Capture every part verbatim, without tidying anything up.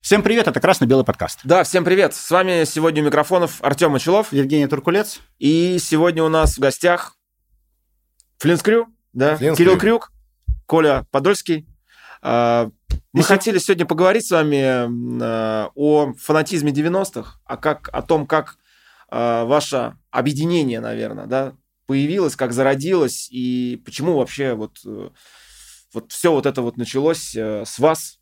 Всем привет, это «Красно-белый подкаст». Да, всем привет. С вами сегодня у микрофонов Артем Мочелов. Евгений Туркулец. И сегодня у нас в гостях Флинскрю, да, Флинскрю. Кирилл Крюк, Коля Подольский. Мы И хотели сегодня поговорить с вами о фанатизме девяностых, о, как, о том, как ваше объединение, наверное, да, появилось, как зародилось, и почему вообще вот, вот все вот это вот началось с вас.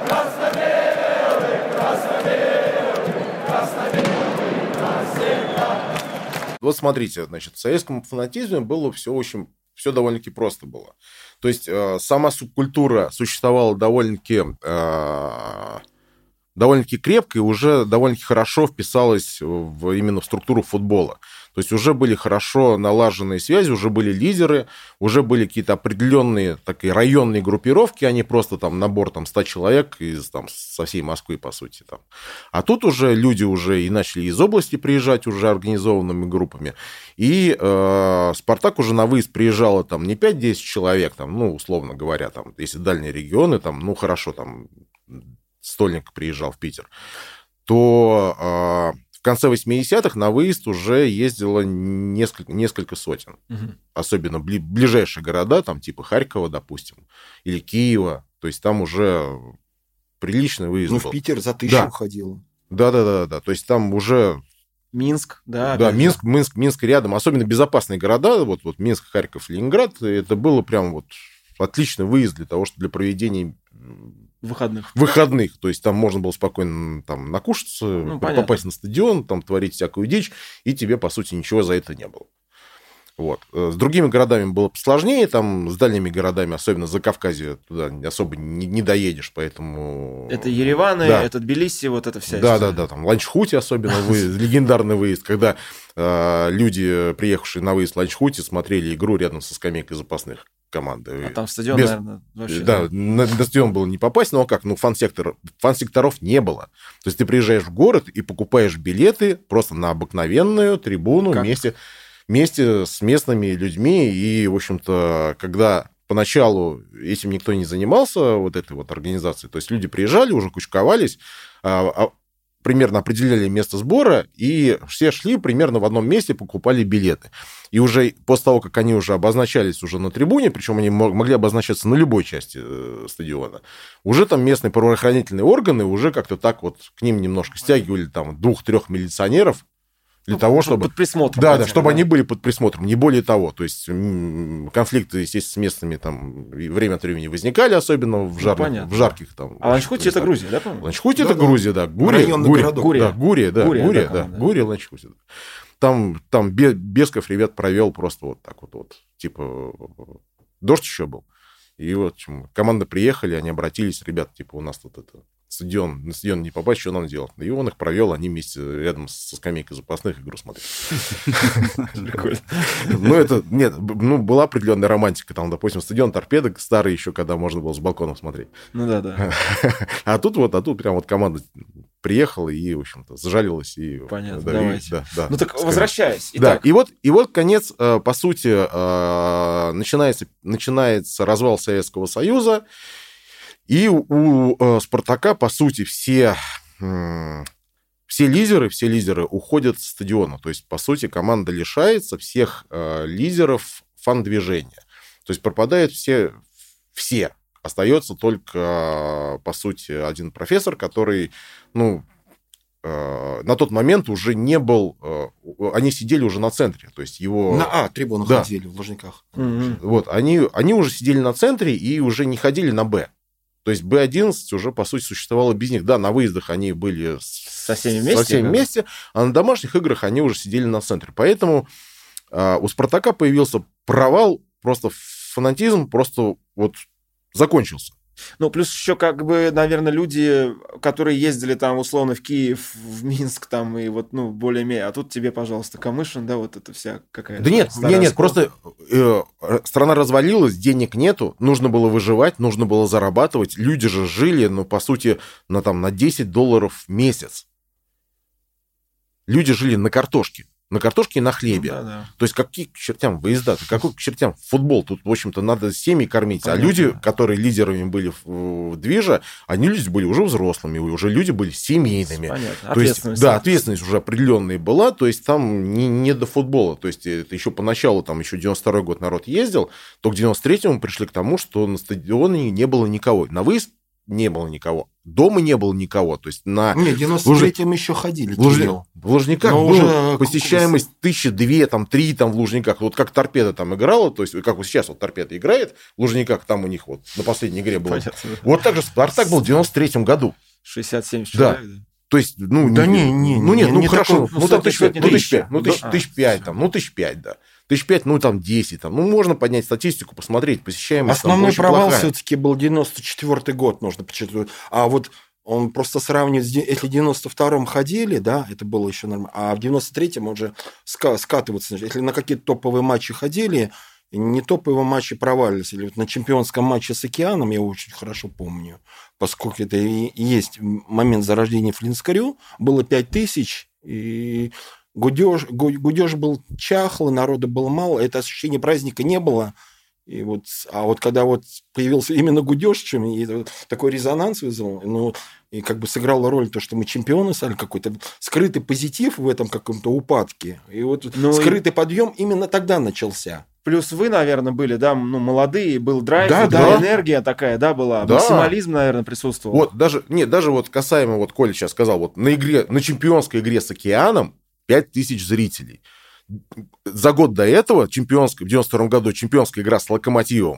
Вот смотрите, значит, в советском фанатизме было все очень, все довольно-таки просто было. То есть э, сама субкультура существовала довольно-таки, э, довольно-таки крепко и уже довольно-таки хорошо вписалась в, именно в структуру футбола. То есть уже были хорошо налаженные связи, уже были лидеры, уже были какие-то определенные такие районные группировки, а не просто там набор там, ста человек из, там, со всей Москвы, по сути. Там. А тут уже люди уже и начали из области приезжать уже организованными группами. И э, «Спартак» уже на выезд приезжало там, не пять-десять человек, там, ну, условно говоря, там, если дальние регионы, там, ну, хорошо, там, Стольник приезжал в Питер, то... Э, В конце восьмидесятых на выезд уже ездило несколько, несколько сотен. Угу. Особенно бли, ближайшие города, там типа Харькова, допустим, или Киева. То есть там уже приличный выезд ну, был. Ну, в Питер за тысячу да. уходило. Да-да-да. То есть там уже... Минск, да. Да, Минск, Минск, Минск рядом. Особенно безопасные города, вот, вот Минск, Харьков, Ленинград. Это было прям вот отличный выезд для того, что для проведения... Выходных. Выходных. То есть там можно было спокойно там, накушаться, ну, попасть на стадион, там творить всякую дичь, и тебе, по сути, ничего за это не было. Вот. С другими городами было посложнее, там с дальними городами, особенно за Кавказье, туда особо не, не доедешь, поэтому... Это Ереваны, да. Это Тбилиси, вот это вся история. Да-да-да, там Ланчхути особенно, выезд, легендарный выезд, когда э, люди, приехавшие на выезд в Ланчхути, смотрели игру рядом со скамейкой запасных команды. А там стадион, Без... наверное, вообще... Да, да. На, на стадион было не попасть, но как, ну, фан-сектор, фан-секторов не было. То есть ты приезжаешь в город и покупаешь билеты просто на обыкновенную трибуну вместе... вместе с местными людьми, и, в общем-то, когда поначалу этим никто не занимался, вот этой вот организацией, то есть люди приезжали, уже кучковались, а, а, примерно определяли место сбора, и все шли примерно в одном месте, покупали билеты. И уже после того, как они уже обозначались уже на трибуне, причем они могли обозначаться на любой части стадиона, уже там местные правоохранительные органы уже как-то так вот к ним немножко стягивали там двух-трех милиционеров, для ну, того, чтобы... Под присмотром. Да, да, чтобы да. они были под присмотром, не более того. То есть конфликты, естественно, с местными там время от времени возникали, особенно в, жар... ну, в жарких там... А Ланчхути это Грузия, да, по-моему? Ланчхути да, это да. Грузия, да. Гурия, Гурия, Гурия. Да, Гурия, да, Гурия, Гурия, да, да, да. Гурия, Ланчхути. Там, там Бесков ребят провел просто вот так вот, вот, типа, дождь еще был. И вот команда приехали, они обратились, ребят, типа, у нас тут это... стадион, на стадион не попасть, что нам делать? И он их провел, они вместе рядом со скамейкой запасных игру смотрели. Прикольно. Ну, это, нет, ну, была определенная романтика. Там, допустим, стадион Торпедо старый еще, когда можно было с балкона смотреть. Ну, да, да. А тут вот, а тут прям вот команда приехала и, в общем-то, сжалилась. И, понятно, да, давайте. И, да, да, ну, так скажем. Возвращаясь. Да, и вот, и вот конец, по сути, начинается, начинается развал Советского Союза. И у, у «Спартака», по сути, все, все лидеры, все лидеры уходят с стадиона. То есть, по сути, команда лишается всех э, лидеров фан-движения. То есть, пропадают все, все. Остается только, по сути, один профессор, который, ну, э, на тот момент уже не был... Э, они сидели уже на центре. То есть, его... На А трибунах да. ходили, в Лужниках. Mm-hmm. Вот, они, они уже сидели на центре и уже не ходили на Б. То есть Бэ одиннадцать уже, по сути, существовало без них. Да, на выездах они были со всеми вместе, со всеми вместе, а на домашних играх они уже сидели на центре. Поэтому э, у «Спартака» появился провал, просто фанатизм просто вот закончился. Ну, плюс еще, как бы, наверное, люди, которые ездили там, условно, в Киев, в Минск, там, и вот, ну, более-менее, а тут тебе, пожалуйста, Камышин, да, вот это вся какая-то... Да нет, нет, нет, просто э, страна развалилась, денег нету, нужно было выживать, нужно было зарабатывать, люди же жили, ну, по сути, на, там, на десять долларов в месяц. Люди жили на картошке. На картошке и на хлебе. Ну, да, да. То есть какие к чертям выезда, какой к чертям футбол? Тут, в общем-то, надо семьи кормить. Понятно. А люди, которые лидерами были в, в движе, они люди были уже взрослыми, уже люди были семейными. Понятно. То есть, Ответственность. да, ответственность уже определенная была, то есть там не, не до футбола. То есть это еще поначалу, там еще девяносто второй год народ ездил, то к девяносто третьему пришли к тому, что на стадионе не было никого. На выезд не было никого. Дома не было никого. То есть на... Нет, в девяносто третьем еще ходили. В, Лужни... в Лужниках Но была уже посещаемость тысяча две, там, три там, в Лужниках. Вот как Торпеда там играла, то есть как вот сейчас вот Торпеда играет в Лужниках, там у них вот на последней игре было. Понятно, да. Вот так же Спартак был в девяносто третьем году. шестьдесят-семьдесят Да. человек, да? То есть, ну, Да не, не, ну нет, не, ну не хорошо, такой, ну там тысяч пять, сотни, ну тысяч тысячи. пять, ну тысяч, А, тысяч пять, там, ну тысяч пять, да. Тысяч пять, ну там десять, там, ну можно поднять статистику, посмотреть, посещаемость. там Основной очень провал плохая. все-таки был девяносто четвёртый год, нужно подчеркнуть. А вот он просто сравнивает, с де- если в девяносто втором ходили, да, это было еще нормально, а в девяносто третьем он же ска- скатываться начал. Если на какие-то топовые матчи ходили, не топовые матчи провалились. Или вот на чемпионском матче с Океаном, я очень хорошо помню, поскольку это и есть момент зарождения Флинскарю, было пять тысяч, и гудеж, гу- гудеж был чахлый, народа было мало, это ощущение праздника не было. И вот, а вот когда вот появился именно гудеж, чем и это такой резонанс вызвал, ну, и как бы сыграла роль то, что мы чемпионы стали, какой-то скрытый позитив в этом каком-то упадке. И вот Ну, скрытый подъем именно тогда начался. Плюс вы, наверное, были, да, ну, молодые, был драйв, Да, вот да. энергия такая, да, была, Да. максимализм, наверное, присутствовал. Вот даже, нет, даже вот касаемо, вот Коля сейчас сказал, вот на игре, на чемпионской игре с Океаном пять тысяч зрителей. За год до этого, чемпионская, в девяносто втором году, чемпионская игра с Локомотивом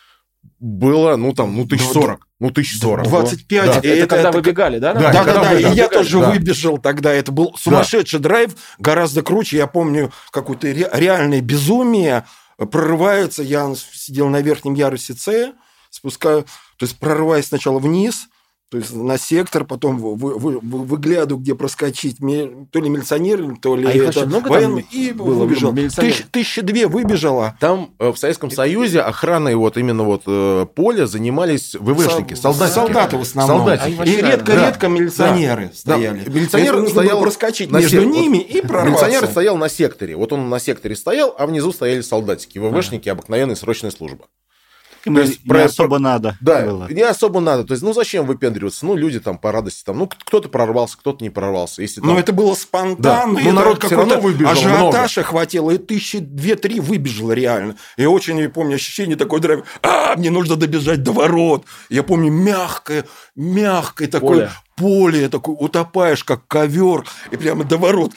было, ну, там, ну, тысяч сорок. Ну, тысяч сорок. двадцать пять. Да. И это, это, когда это- выбегали, да? Да, Да, когда да, да, вы- и да, я да, тоже да. выбежал тогда. Это был сумасшедший драйв, гораздо круче. Я помню, какое-то ре- реальное безумие прорывается. Я сидел на верхнем ярусе С, спускаю, то есть прорываясь сначала вниз, то есть на сектор, потом вы- вы- вы- вы- выглядываю, где проскочить, ме- то ли милиционеры, то ли А их это очень много там военные, и было, выбежал. милиционеров? Тысяч- Тысяча две выбежала. Там э, в Советском Союзе охраной вот именно вот э, поля занимались ВВшники, Сол- солдатики. Солдаты в основном. Солдатики. Они И вообще, редко-редко да. милиционеры Да. стояли. Да. Милиционер Если нужно было стоял проскочить на между сек- ними вот и прорваться. Милиционер стоял на секторе. Вот он на секторе стоял, а внизу стояли солдатики, ВВшники, обыкновенная срочная служба. Им То есть не про- особо надо Да, было. не особо надо. То есть, ну зачем выпендриваться? Ну, люди там по радости, там, ну, кто-то прорвался, кто-то не прорвался. Если там... Но это было спонтанно. Да. Но это народ всё какой-то равно выбежал ажиотаж охватило, и тысячи две-три выбежало реально. Я очень я помню ощущение такое драйв. А, мне нужно добежать до ворот. Я помню мягкое, мягкое такое Поле. поле, такой утопаешь, как ковер, и прямо до ворот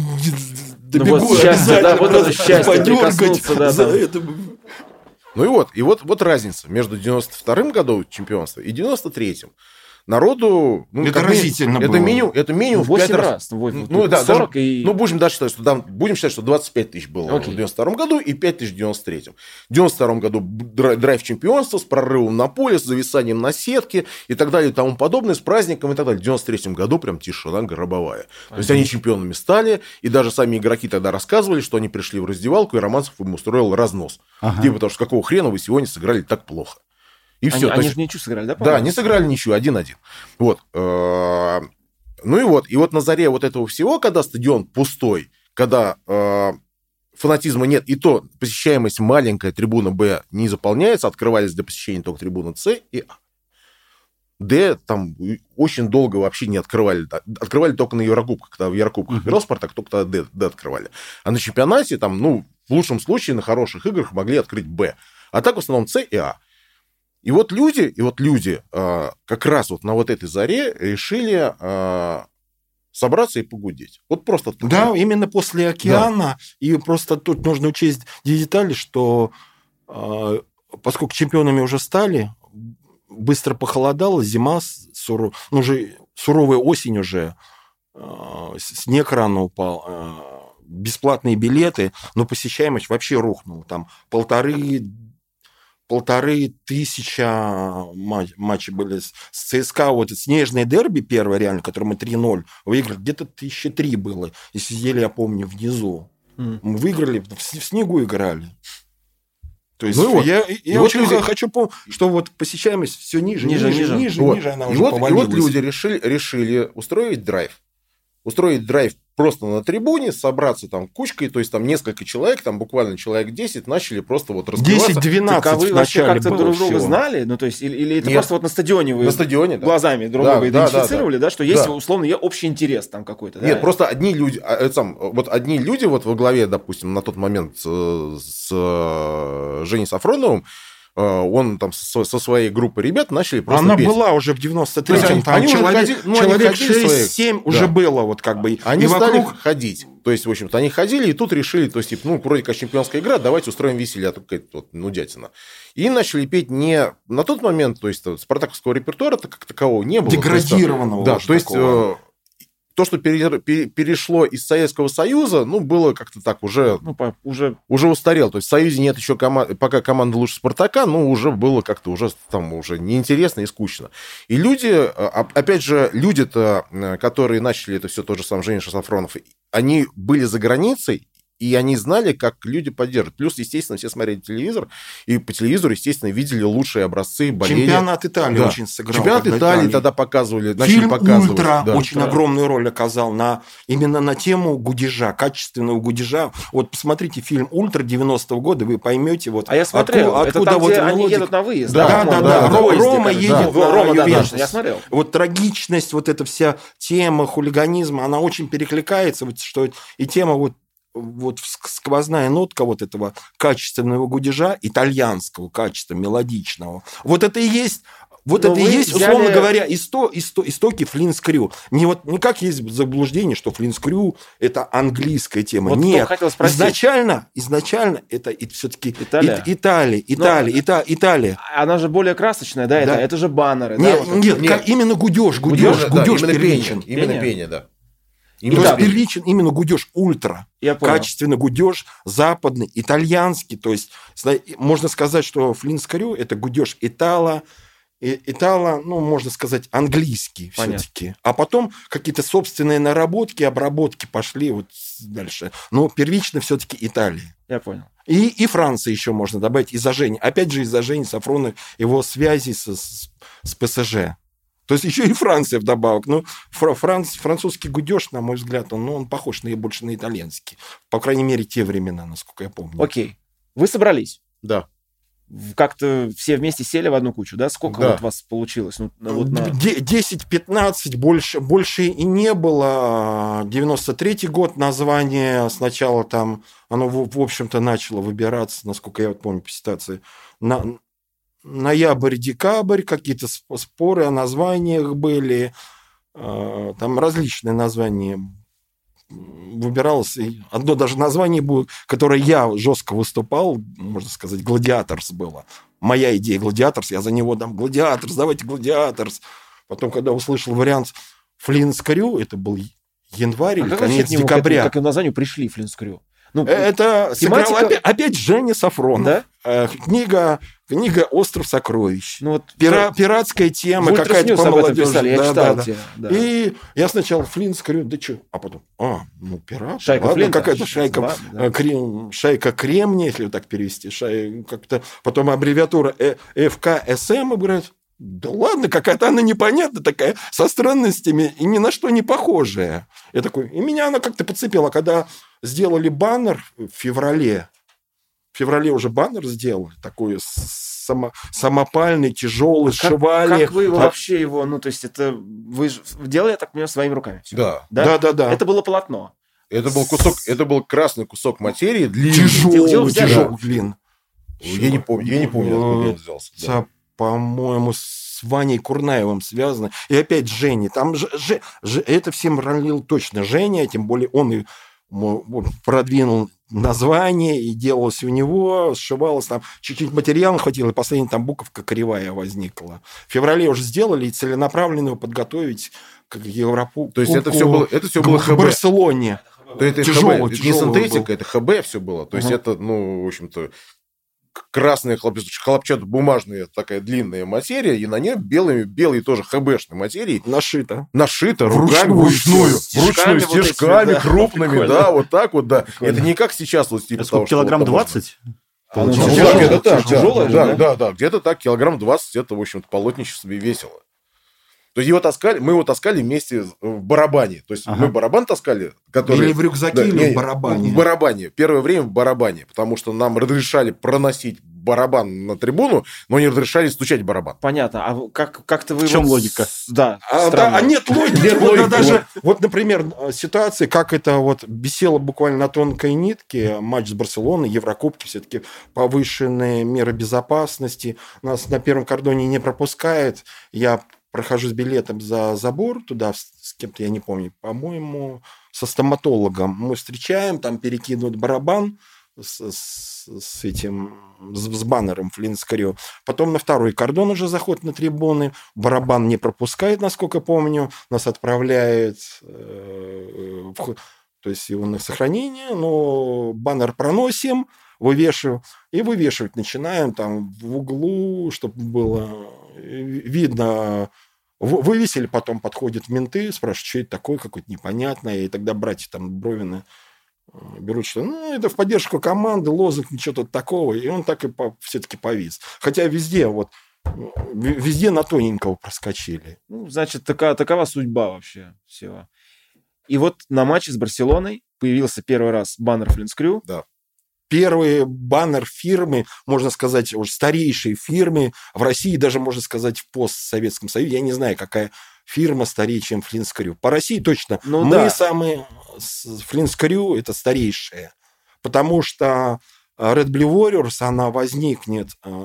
добегу вот счастье, да, вот это счастье, подергать прикоснуться, да, за там. это. Ну и вот, и вот, вот разница между девяносто вторым годом чемпионства и девяносто третьим. Народу... Ну, Это как ми- разительно это было. минимум, это минимум в пять восемь раз. раз. Вот, Ну, тут да, сорок даже- и... ну, будем даже считать, что там, будем считать, что двадцать пять тысяч было Окей. в девяносто втором году и пять тысяч в девяносто третьем. В девяносто втором году драйв, драйв чемпионства с прорывом на поле, с зависанием на сетке и так далее и тому подобное, с праздником и так далее. В девяносто третьем году прям тишина гробовая. То есть они чемпионами стали, и даже сами игроки тогда рассказывали, что они пришли в раздевалку, и Романцев им устроил разнос. Ага. Типа, потому что какого хрена вы сегодня сыграли так плохо. И Они, все. они же ничего сыграли, да? Да, по-моему? они сыграли ничью, один-один. Вот. Э, Ну и вот. И вот на заре вот этого всего, когда стадион пустой, когда э, фанатизма нет, и то посещаемость маленькая, трибуна Б не заполняется, открывались для посещения только трибуна С и А. Д там очень долго вообще не открывали. Открывали только на Еврокубках. Когда в Еврокубках играл Спартак, только тогда Д, Д открывали. А на чемпионате там, ну, в лучшем случае, на хороших играх могли открыть Б. А так в основном С и А. И вот люди, и вот люди э, как раз вот на вот этой заре решили э, собраться и погудеть. Вот просто так. Да, именно после океана. И просто тут нужно учесть детали, что э, поскольку чемпионами уже стали, быстро похолодало, зима, суров... ну, уже суровая осень уже, э, снег рано упал, э, бесплатные билеты, но посещаемость вообще рухнула. Там полторы полторы тысячи матч, матчей были с ЦСКА. Вот снежное дерби первое, реально, которое мы три ноль выиграли, где-то тысяча три было. И сидели, я помню, внизу. Mm. Мы выиграли, в, в снегу играли. То есть Ну и вот. я, И я вот очень люди- хочу помнить, что вот посещаемость все ниже, Ниже, ниже, ниже. ниже, ниже, Вот. она И, уже вот, и повалилась. вот люди решили, решили устроить драйв. устроить драйв просто на трибуне, собраться там кучкой, то есть там несколько человек, там буквально человек десять, начали просто вот разбиваться. десять-двенадцать Так, а вы вообще вначале как-то было друг друга всего. знали? Ну, то есть, или, или это Нет. просто вот на стадионе вы На стадионе, да. глазами друг Да, друга да, идентифицировали, да, да, да. что есть, Да. условно, я общий интерес там какой-то, да? Нет, просто одни люди, а, это сам, вот одни люди вот во главе, допустим, на тот момент э, с э, Женей Сафроновым, э, он там со, со своей группой ребят начали просто Она петь. была уже в девяносто То есть третьем, они- там они уже человек, ходили- ну, они человек ходили своих. шесть-семь уже Да. было, вот как бы. Они и стали вокруг... ходить. То есть, в общем-то, они ходили, и тут решили, то есть, типа, ну, вроде как чемпионская игра, давайте устроим веселье, а тут какая-то вот нудятина. И начали петь не на тот момент, то есть, спартаковского репертуара-то как такового не было. Деградированного То есть, да, уже то есть, такого. э, то, что пере- пере- перешло из Советского Союза, ну, было как-то так уже, Ну, по- уже... уже устарел. То есть, в Союзе нет еще команд, пока команда лучше Спартака, ну, уже было как-то уже там уже неинтересно и скучно. И люди, а- опять же, люди-то, э, которые начали это все, тот же сам Женя Сафронов, они были за границей, и они знали, как люди поддерживают. Плюс, естественно, все смотрели телевизор, и по телевизору, естественно, видели лучшие образцы, болели. Чемпионат Италии Да. очень сыграл. Чемпионат когда Италии Италия- тогда показывали, начали Фильм показывать. «Ультра» Да. очень Да. огромную роль оказал на, именно на тему гудежа, качественного гудежа. Вот посмотрите фильм «Ультра» девяностого года, вы поймете, вот А я смотрел, откуда, это откуда там, вот где они мелодик. едут на выезд. Да, Да, да, да, да. да. Ро- Поезде, Рома кажется. едет Да, на Рома, да, Ювентус. да, я смотрел. Вот трагичность, вот эта вся тема хулиганизма, она очень перекликается, вот, что и тема вот вот ск- сквозная нотка вот этого качественного гудежа, итальянского качества, мелодичного. Вот это и есть, вот Но это и вы есть, взяли- условно говоря, исто, исто, истоки Флинскрю. Не вот не как есть заблуждение, что Флинскрю это английская тема. Вот Нет, только хотел спросить. изначально, изначально это все-таки Италия. Италия, Италия, Ита- Италия. Она же более красочная, да, это, Да. это же баннеры. да, Нет, вот это. нет, Нет. как- именно гудеж, гудеж, Да, гудеж именно первичен. пение. Именно Пение. пение, да. То Именно есть Итак, первичен именно гудеж ультра. Я понял. Качественный гудеж, западный, итальянский. То есть зна- можно сказать, что Флинскрю это гудеж итало, и- итало, ну, можно сказать, английский Понятно. все-таки. А потом какие-то собственные наработки, обработки пошли вот с- дальше. Но первично все-таки Италия. Я понял. И, и Франция еще можно добавить из-за Жени. Опять же, из-за Жени Сафронова, его связи с, с, с ПСЖ. То есть еще и Франция вдобавок. Ну, фра- франц- французский гудеж, на мой взгляд, он, ну, он похож на, больше на итальянский. По крайней мере, те времена, насколько я помню. Окей. Вы собрались. Да. В- Как-то все вместе сели в одну кучу, да? Сколько Да. вот вас получилось? Ну, на- вот на- Де- десять-пятнадцать, больше, больше и не было. девяносто третий год название сначала там, оно, в, в общем-то, начало выбираться, насколько я вот помню по ситуации, на, ноябрь-декабрь, какие-то сп- споры о названиях были, э, там различные названия выбиралось. И одно даже название было, которое я жестко выступал, можно сказать, «Гладиаторс» было. Моя идея «Гладиаторс», я за него дам «Гладиаторс», давайте «Гладиаторс». Потом, когда услышал вариант «Флинскрю», это был январь А или как вообще конец к нему, декабря. Как, как к названию пришли Флинскрю? Ну, Это сыграл тематика- опять, опять Женя Сафронов. да? Э, Книга, книга «Остров сокровищ». Ну, вот Пира- пиратская в тема, Ультрас какая-то Ньюс по об этом молодежи. писали, я Да, читал да, да. те, да. И я сначала Флинт говорю, да что? А потом, а, ну, пират. Шайка ладно, Флинта. какая-то шайка, Ладно, да. э, крем- шайка Кремния, если вот так перевести. Шай, как-то, потом аббревиатура э, эф ка эс эм, и говорят, да ладно, какая-то она непонятная такая, со странностями и ни на что не похожая. Я такой, и меня она как-то подцепила. Когда сделали баннер в феврале, в феврале уже баннер сделали, такой само, самопальный, тяжелый, Как, сшивали. как вы его А- вообще его, ну, то есть это вы же делали, я так понимаю, своими руками. всё? Да. Да? Да, да, да. Это было полотно. Это был кусок, это был красный кусок материи, длинный. Где вы Тяжелый, взяли? тяжелый, блин. Я не помню, я не помню, откуда он взялся. да. Это, по-моему, с Ваней Курнаевым связано. И опять Женя. Там же, же, же- это всем ролил точно Женя, тем более он и мо- вот продвинул название, и делалось у него, сшивалось там, чуть-чуть материала хватило, и последняя там буковка кривая возникла. В феврале уже сделали, и целенаправленно его подготовить к Европу. То есть это к- все было, это все к было Бар- ХБ. Барселоне. То это Тяжелый, ХБ, это не тяжелый синтетика, был. это ХБ все было. То есть Ага. это, ну, в общем-то, к- красная хлоп- хлопчатобумажная такая длинная материя, и на ней белые, белые тоже ХБшной материи Нашито. нашито Вручную руками, вручную, всё. Стежками вручную, вот этими, стежками да. крупными, Прикольно. да, вот так вот, да. Прикольно. Это не как сейчас, вот типа Это того, сколько, килограмм что вот можно. двадцать? А, ну, Ну, тяжелое, где-то так, тяжелое да, же, да, да? да, да, где-то так, килограмм двадцать, это, в общем-то, полотнище себе весело. То есть его таскали, мы его таскали вместе в барабане. То есть ага. мы барабан таскали, который... Или в рюкзаке, да, или не, в барабане. В барабане. Первое время в барабане. Потому что нам разрешали проносить барабан на трибуну, но не разрешали стучать в барабан. Понятно. А как, как-то вы... В чем вот... логика? Да, а, да, а нет логики. Нет вот, логики. Даже, вот, например, ситуация, как это вот висело буквально на тонкой нитке, матч с Барселоной, Еврокубки, все-таки повышенные меры безопасности. Нас на первом кордоне не пропускает. Я прохожу с билетом за забор туда, с кем-то, я не помню, по-моему, со стоматологом. Мы встречаем, там перекидывают барабан с, с, с этим, с, с баннером Флинскарю. Потом на второй кордон уже заход на трибуны. Барабан не пропускает, насколько помню. Нас отправляет э, в, то есть его на сохранение, но баннер проносим, вывешиваем, и вывешивать начинаем там в углу, чтобы было видно. Вывесили, потом подходят менты, спрашивают, что это такое, какое-то непонятное, и тогда братья там Бровины берут, что ну, это в поддержку команды, лозунг, ничего тут такого, и он так и по, все-таки повис. Хотя везде вот везде на тоненького проскочили. Ну, значит, такова, такова судьба вообще всего. И вот на матче с Барселоной появился первый раз баннер Флинскрю. Да. Первый баннер фирмы, можно сказать, уже старейшей фирмы в России, даже, можно сказать, в постсоветском Союзе. Я не знаю, какая фирма старее, чем Флинскрю. По России точно. Ну, мы да. самые... Флинскрю – это старейшая. Потому что Red Blue Warriors, она возникнет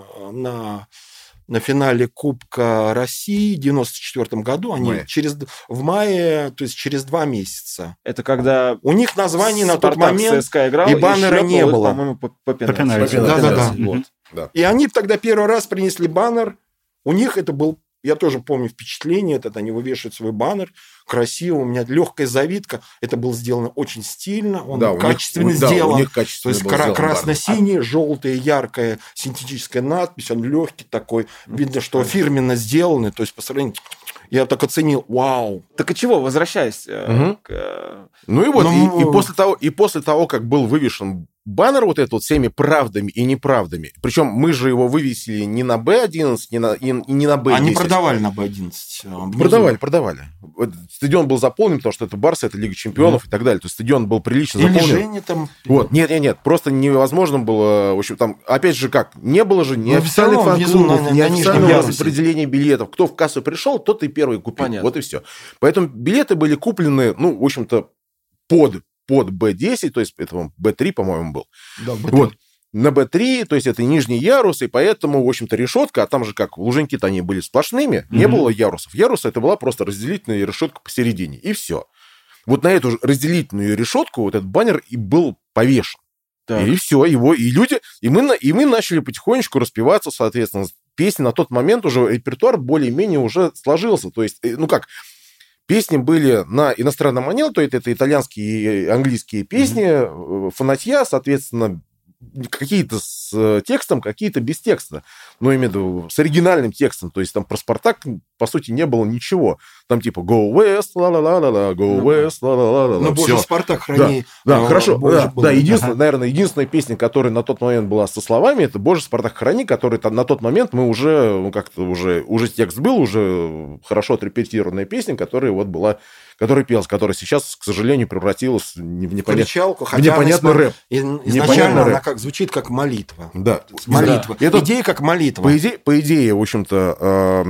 на... на финале Кубка России в девяносто четвёртом году. Они мае. через, в мае, то есть через два месяца. Это когда у них название на Спартак тот момент ЦСКА играл, и баннера не их, было. По-моему, по, по пенальти. По пенальти. Да, да, да. Вот. Да. И они тогда первый раз принесли баннер. У них это был, я тоже помню впечатление, это они вывешивают свой баннер. Красиво, у меня легкая завитка. Это было сделано очень стильно, он да, качественно них, сделан. Да, у них качественно то есть был красно-синий, желтая, яркая синтетическая надпись, он легкий такой. Видно, что фирменно сделаны. То есть по сравнению... Я так оценил, вау. Так и чего, возвращаясь угу. к... Ну и вот, Но... и, и, после того, и после того, как был вывешен баннер вот этот вот всеми правдами и неправдами, причем мы же его вывесили не на бэ одиннадцать, не на, и, и не на бэ десять. Они продавали на бэ одиннадцать. Продавали, продавали. Стадион был заполнен, потому что это Барса, это Лига Чемпионов mm. и так далее. То есть стадион был прилично Или заполнен. Женя там... Вот, нет, нет, нет, просто невозможно было, в общем, там, опять же, как, не было же ни ну, официальных фан-клубов, ни официального распределения билетов. Кто в кассу пришел, тот и первый купил. Понятно. Вот и все. Поэтому билеты были куплены, ну, в общем-то, под, под бэ десять, то есть это бэ три, по-моему, был. Да, бэ три. Вот. На бэ три, то есть это нижний ярус, и поэтому, в общем-то, решетка, а там же как, лужники-то они были сплошными, mm-hmm. не было ярусов. Ярус это была просто разделительная решетка посередине, и все. Вот на эту разделительную решетку вот этот баннер и был повешен. Так. И все, его, и люди, и мы, и мы начали потихонечку распеваться, соответственно, песни на тот момент уже, репертуар более-менее уже сложился, то есть, ну как, песни были на иностранном манере, то есть это итальянские и английские песни, mm-hmm. фанатья, соответственно, какие-то с текстом, какие-то без текста. Но имею в виду с оригинальным текстом. То есть там про Спартак, по сути, не было ничего. Там типа Go West, ла-ла-ла-ла-ла, Go West, ла-ла-ла-ла. Ну, Боже, Спартак, храни. Да, да хорошо. Боже, да, да, единственная, ага. наверное, единственная песня, которая на тот момент была со словами, это Боже, Спартак, храни, который на тот момент мы уже, ну, как-то уже, уже текст был, уже хорошо отрепетированная песня, которая вот была, которая пелась, которая сейчас, к сожалению, превратилась в непонятный, в непонятный рэп. Изначально она как, звучит как молитва. Да. Молитва. Да. Идея как молитва. По идее, по идее в общем-то,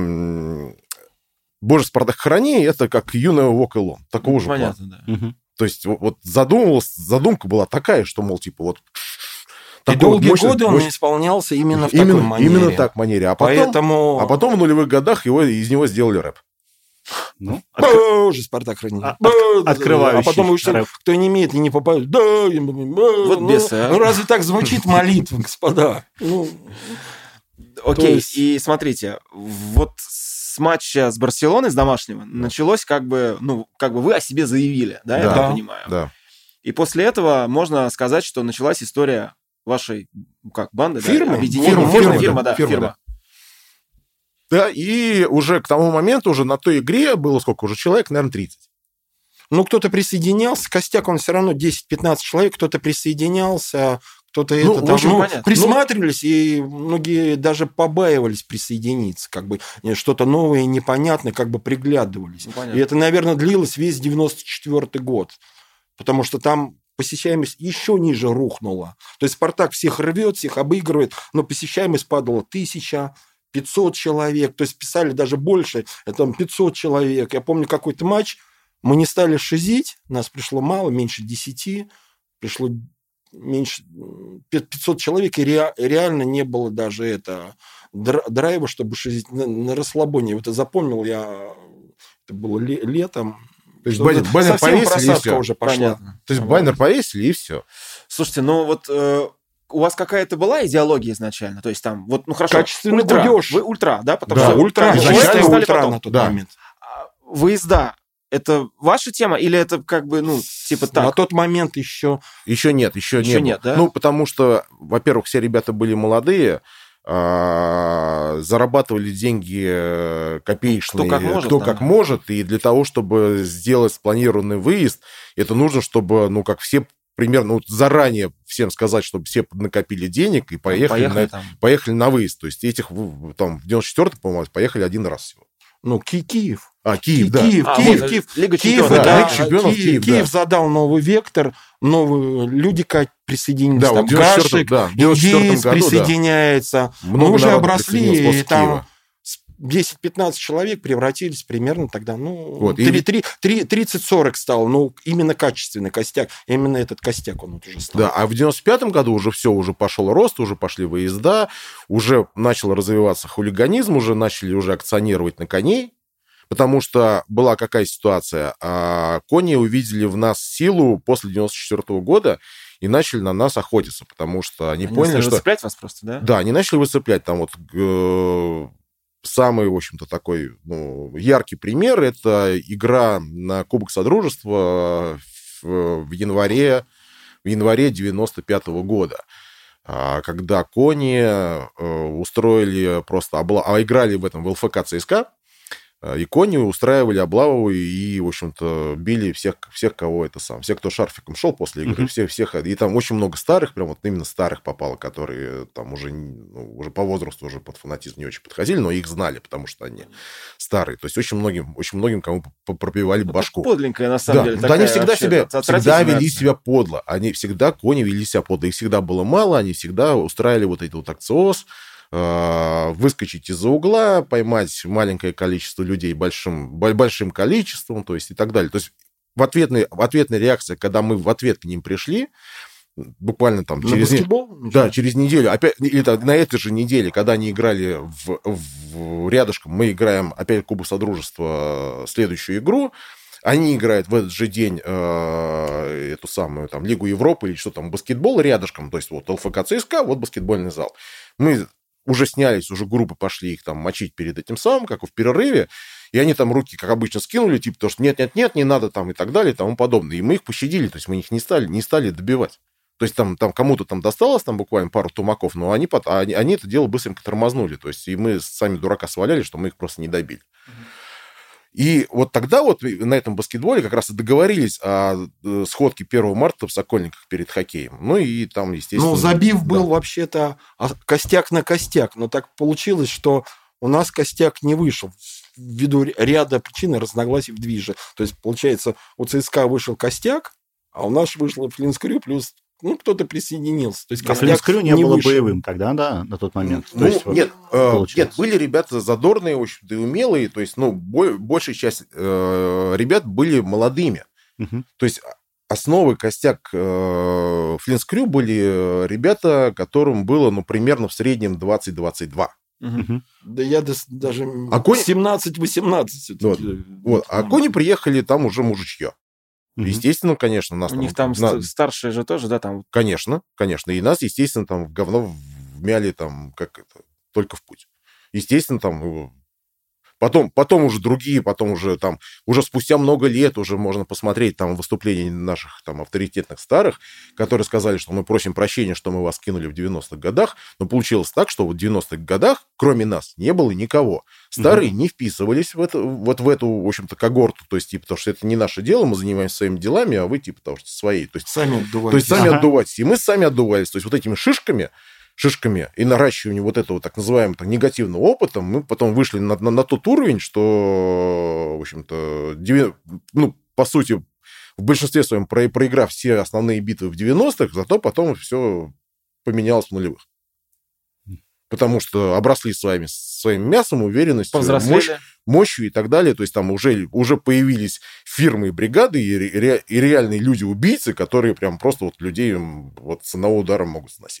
э, Боже, Спартак, храни, это как юная Вокэлон. Такого ну, же понятно, плана. Да. Угу. То есть вот задумывалась, задумка была такая, что, мол, типа вот... И долгие мощный, годы он мощный... исполнялся именно в именно, такой манере. Именно так манере. А потом, Поэтому... а потом в нулевых годах его, из него сделали рэп. Ну, Боже, Спартак, храни. А, открывающий А потом уж кто не имеет и не попадет. Да, вот ну, бесы, а? Ну, разве так звучит молитва, господа? Ну... Окей, есть... и смотрите, вот с матча с Барселоной, с домашнего, началось как бы, ну, как бы вы о себе заявили, да, да я так понимаю. Да. И после этого можно сказать, что началась история вашей, как, банды, фирмы, да, объединения. Фирма, фирма, фирма, фирма, да, да, фирма, фирма. Да, и уже к тому моменту, уже на той игре было сколько уже человек, наверное, тридцать. Ну, кто-то присоединялся, костяк он все равно десять-пятнадцать человек, кто-то присоединялся, Кто-то Ну, это в там, общем, ну, понятно. присматривались, и многие даже побаивались присоединиться, как бы э, что-то новое, непонятное, как бы приглядывались. Ну, понятно. И это, наверное, длилось весь девяносто четвёртый год, потому что там посещаемость еще ниже рухнула. То есть «Спартак» всех рвет, всех обыгрывает, но посещаемость падала тысяча, пятьсот человек, то есть писали даже больше, это там пятьсот человек. Я помню какой-то матч, мы не стали шизить, нас пришло мало, меньше десяти, пришло меньше пятьсот человек, и ре, реально не было даже это драйва, чтобы шизить на, на расслабоне. Вот это запомнил я, это было ле, летом. То есть баннер, баннер повесили, и все. Уже пошла. Понятно. То есть баннер повесили, и все. Слушайте, ну вот э, у вас какая-то была идеология изначально? То есть там, вот, ну хорошо, качественный ультра. гудёж. Вы ультра, да? Потому Да, что ультра, как бы чистая стали ультра потом. на тот Да. момент. А выезда, это ваша тема или это как бы, ну, типа так? На тот момент еще... Еще нет, еще, Еще не нет, было. да? Ну, потому что, во-первых, все ребята были молодые, а, зарабатывали деньги копеечные, Кто как может, кто да. как может, и для того, чтобы сделать спланированный выезд, это нужно, чтобы, ну, как все примерно, ну, заранее всем сказать, чтобы все накопили денег и поехали, Поехали на, там. поехали на выезд. То есть этих, в- там, в девяносто четвёртом, по-моему, поехали один раз всего. Ну, Ки- Киев. А, Киев, да. Киев, А, Киев, вот, Киев. Лига Киев, чемпионов, да, да, Лига чемпионов, Киев, Киев, да. Киев задал новый вектор, новые люди как присоединились, Да, там вот в девяносто четвёртом, Гашек, да, в девяносто четвёртом индеец году, да. присоединяется. Много Мы уже народу обросли, присоединилось и после там Киева. десять-пятнадцать человек превратились примерно тогда, ну, Вот, и- тридцать-сорок стало, ну, именно качественный костяк, именно этот костяк он вот уже стал. Да, а в девяносто пятом году уже все, уже пошел рост, уже пошли выезда, уже начал развиваться хулиганизм, уже начали уже акционировать на коней, потому что была какая ситуация, а, кони увидели в нас силу после девяносто четвёртого года и начали на нас охотиться, потому что они, Они поняли, стали что... выцеплять вас просто, да? Да, они начали выцеплять. Там вот э, самый, в общем-то, такой ну, яркий пример – это игра на Кубок Содружества в, в январе, в январе девяносто пятого года, а, когда кони э, устроили просто обла... а играли в этом в ЛФК ЦСКА, и кони устраивали облаву и, в общем-то, били всех, всех кого это сам, всех, кто шарфиком шел после игры, uh-huh. всех, всех, и там очень много старых, прям вот именно старых попало, которые там уже, ну, уже по возрасту уже под фанатизм не очень подходили, но их знали, потому что они старые. То есть очень многим, очень многим кому пробивали Ну, башку. Подленькая, на самом Да, деле. да, они такая всегда вообще, себя, да, всегда отвратительная вели акция. себя подло. Они всегда, кони вели себя подло. Их всегда было мало, они всегда устраивали вот этот вот акциоз, выскочить из-за угла, поймать маленькое количество людей большим, большим количеством, то есть и так далее. То есть в ответной, в ответной реакции, когда мы в ответ к ним пришли, буквально там На через, баскетбол? да, через неделю, опять, или там, на этой же неделе, когда они играли в, в, рядышком, мы играем опять Кубок Содружества следующую игру, они играют в этот же день э, эту самую там Лигу Европы или что там, баскетбол рядышком, то есть вот ЛФК ЦСКА, вот баскетбольный зал. Мы уже снялись, уже группы пошли их там мочить перед этим самым, как в перерыве, и они там руки, как обычно, скинули, типа, то, что нет-нет-нет, не надо там и так далее, и тому подобное. И мы их пощадили, то есть мы их не стали, не стали добивать. То есть там, там кому-то там досталось там буквально пару тумаков, но они, они, они это дело быстренько тормознули. То есть и мы сами дурака сваляли, что мы их просто не добили. И вот тогда вот на этом баскетболе как раз и договорились о сходке первого марта в Сокольниках перед хоккеем. Ну и там, естественно... Ну, забив да. был вообще-то костяк на костяк, но так получилось, что у нас костяк не вышел ввиду ряда причин и разногласий в движе. То есть, получается, у ЦСКА вышел костяк, а у нас вышло Флинскрю плюс... Ну, кто-то присоединился. То есть А Флинскрю не, не было вышел. Боевым тогда, да, на тот момент. Ну, то есть, нет, вот, э, нет, были ребята задорные, в общем-то, и умелые. То есть, ну, бо- большая часть э, ребят были молодыми. Угу. То есть, основы, костяк э, Флинскрю были ребята, которым было, ну, примерно в среднем двадцать-двадцать два. Угу. Да я даже а кони... семнадцать-восемнадцать. Вот. Вот. А кони приехали там уже мужичье. Mm-hmm. Естественно, конечно, нас у там... них там на... старшие же тоже, да, там... Конечно, конечно. И нас, естественно, там в говно вмяли там, как это, только в путь. Естественно, там Потом, потом уже другие, потом уже там, уже спустя много лет уже можно посмотреть там выступления наших там авторитетных старых, которые сказали, что мы просим прощения, что мы вас кинули в девяностых годах, но получилось так, что в девяностых годах, кроме нас, не было никого. Старые угу. не вписывались в это, вот в эту, в общем-то, когорту, то есть, типа, потому что это не наше дело, мы занимаемся своими делами, а вы, типа, потому что свои. То есть, сами отдувайтесь. То есть, сами ага. отдувайтесь. И мы сами отдувались. То есть, вот этими шишками, шишками и наращиванием вот этого так называемого так, негативного опыта мы потом вышли на, на, на тот уровень, что, в общем-то, деви... ну, по сути, в большинстве своем про, проиграв все основные битвы в девяностых, зато потом все поменялось в нулевых. Потому что обросли своими, своим мясом, уверенностью, мощь, мощью и так далее. То есть там уже, уже появились фирмы и бригады, и, ре, и реальные люди-убийцы, которые прям просто вот людей вот с одного удара могут сносить.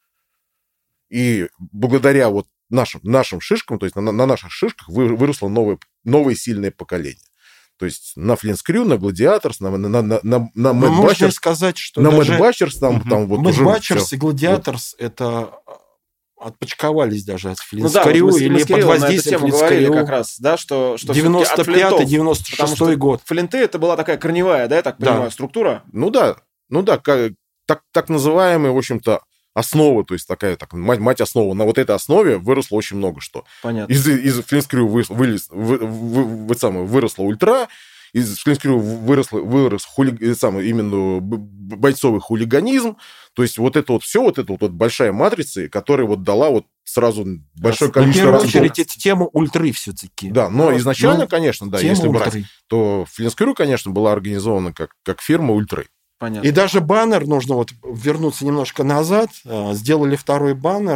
И благодаря вот нашим, нашим шишкам, то есть на, на наших шишках выросло новое, новое сильное поколение. То есть на Флинскрю, на Гладиаторс, на, на, на, на, на Мэтт Бачерс, сказать, что на Мэтт Бачерс, там, угу. там вот Мэтт уже Бачерс все. и Гладиаторс вот. Это отпочковались даже от Флинскрю, ну, да, или под воздействием Флинскрю. Как раз, да, что, что девяносто пятый девяносто шестой год. Флинты это была такая корневая, да, я так понимаю, да. структура? Ну да, ну да, как, так, так называемые, в общем-то, основа, то есть такая так, мать, мать основа. На вот этой основе выросло очень много что. Понятно. Из, из Флинскрю вы, вылез, вы, вы, вы, самое, выросла ультра, из Флинскрю выросло, вырос хули, самое, именно бойцовый хулиганизм. То есть вот это вот все, вот эта вот, вот большая матрица, которая вот дала вот сразу большое да, количество... В первую очередь, это тема ультры все-таки. Да, но ну, изначально, ну, конечно, да, если ультры. брать, то Флинскрю, конечно, была организована как, как фирма ультры. Понятно. И даже баннер, нужно вот вернуться немножко назад, сделали второй баннер,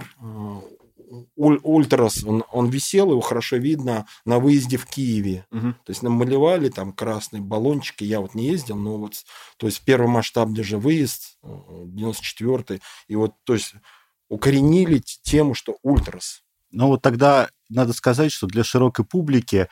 Ультрас, он, он висел, его хорошо видно на выезде в Киеве. Угу. То есть намалевали там красные баллончики, я вот не ездил, но вот, то есть первый масштабный же выезд, девяносто четвёртый, и вот, то есть укоренили тему, что Ультрас. Ну вот тогда надо сказать, что для широкой публики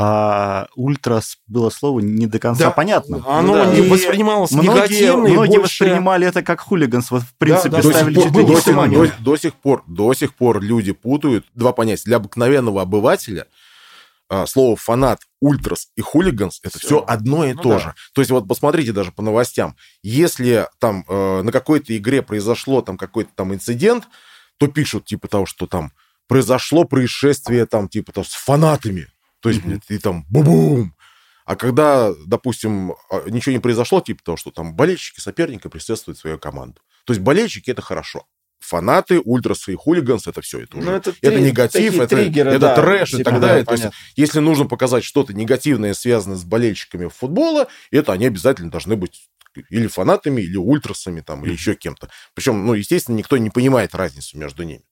а ультрас было слово не до конца да, понятно. Оно да. не воспринималось негативно. Многие больше... воспринимали это как хулиганство. В принципе, да, да, ставили до, чуть ли не до, до, до, сих пор, до сих пор люди путают два понятия. Для обыкновенного обывателя а, слово фанат, ультрас и хулиганс это все, все одно и ну, то да. же. То есть вот посмотрите даже по новостям. Если там э, на какой-то игре произошло там какой-то там инцидент, то пишут типа того, что там произошло происшествие там типа того, с фанатами. То есть, mm-hmm. и там бу-бум. А когда, допустим, ничего не произошло, типа того, что там болельщики соперника приветствуют свою команду. То есть болельщики это хорошо. Фанаты, ультрасы и хулиганс это все. Это, уже, это, это три, негатив, это, триггеры, это да, трэш и так далее. Да, то есть, если нужно показать что-то негативное, связанное с болельщиками футбола, это они обязательно должны быть или фанатами, или ультрасами, там, mm-hmm. или еще кем-то. Причем, ну, естественно, никто не понимает разницу между ними.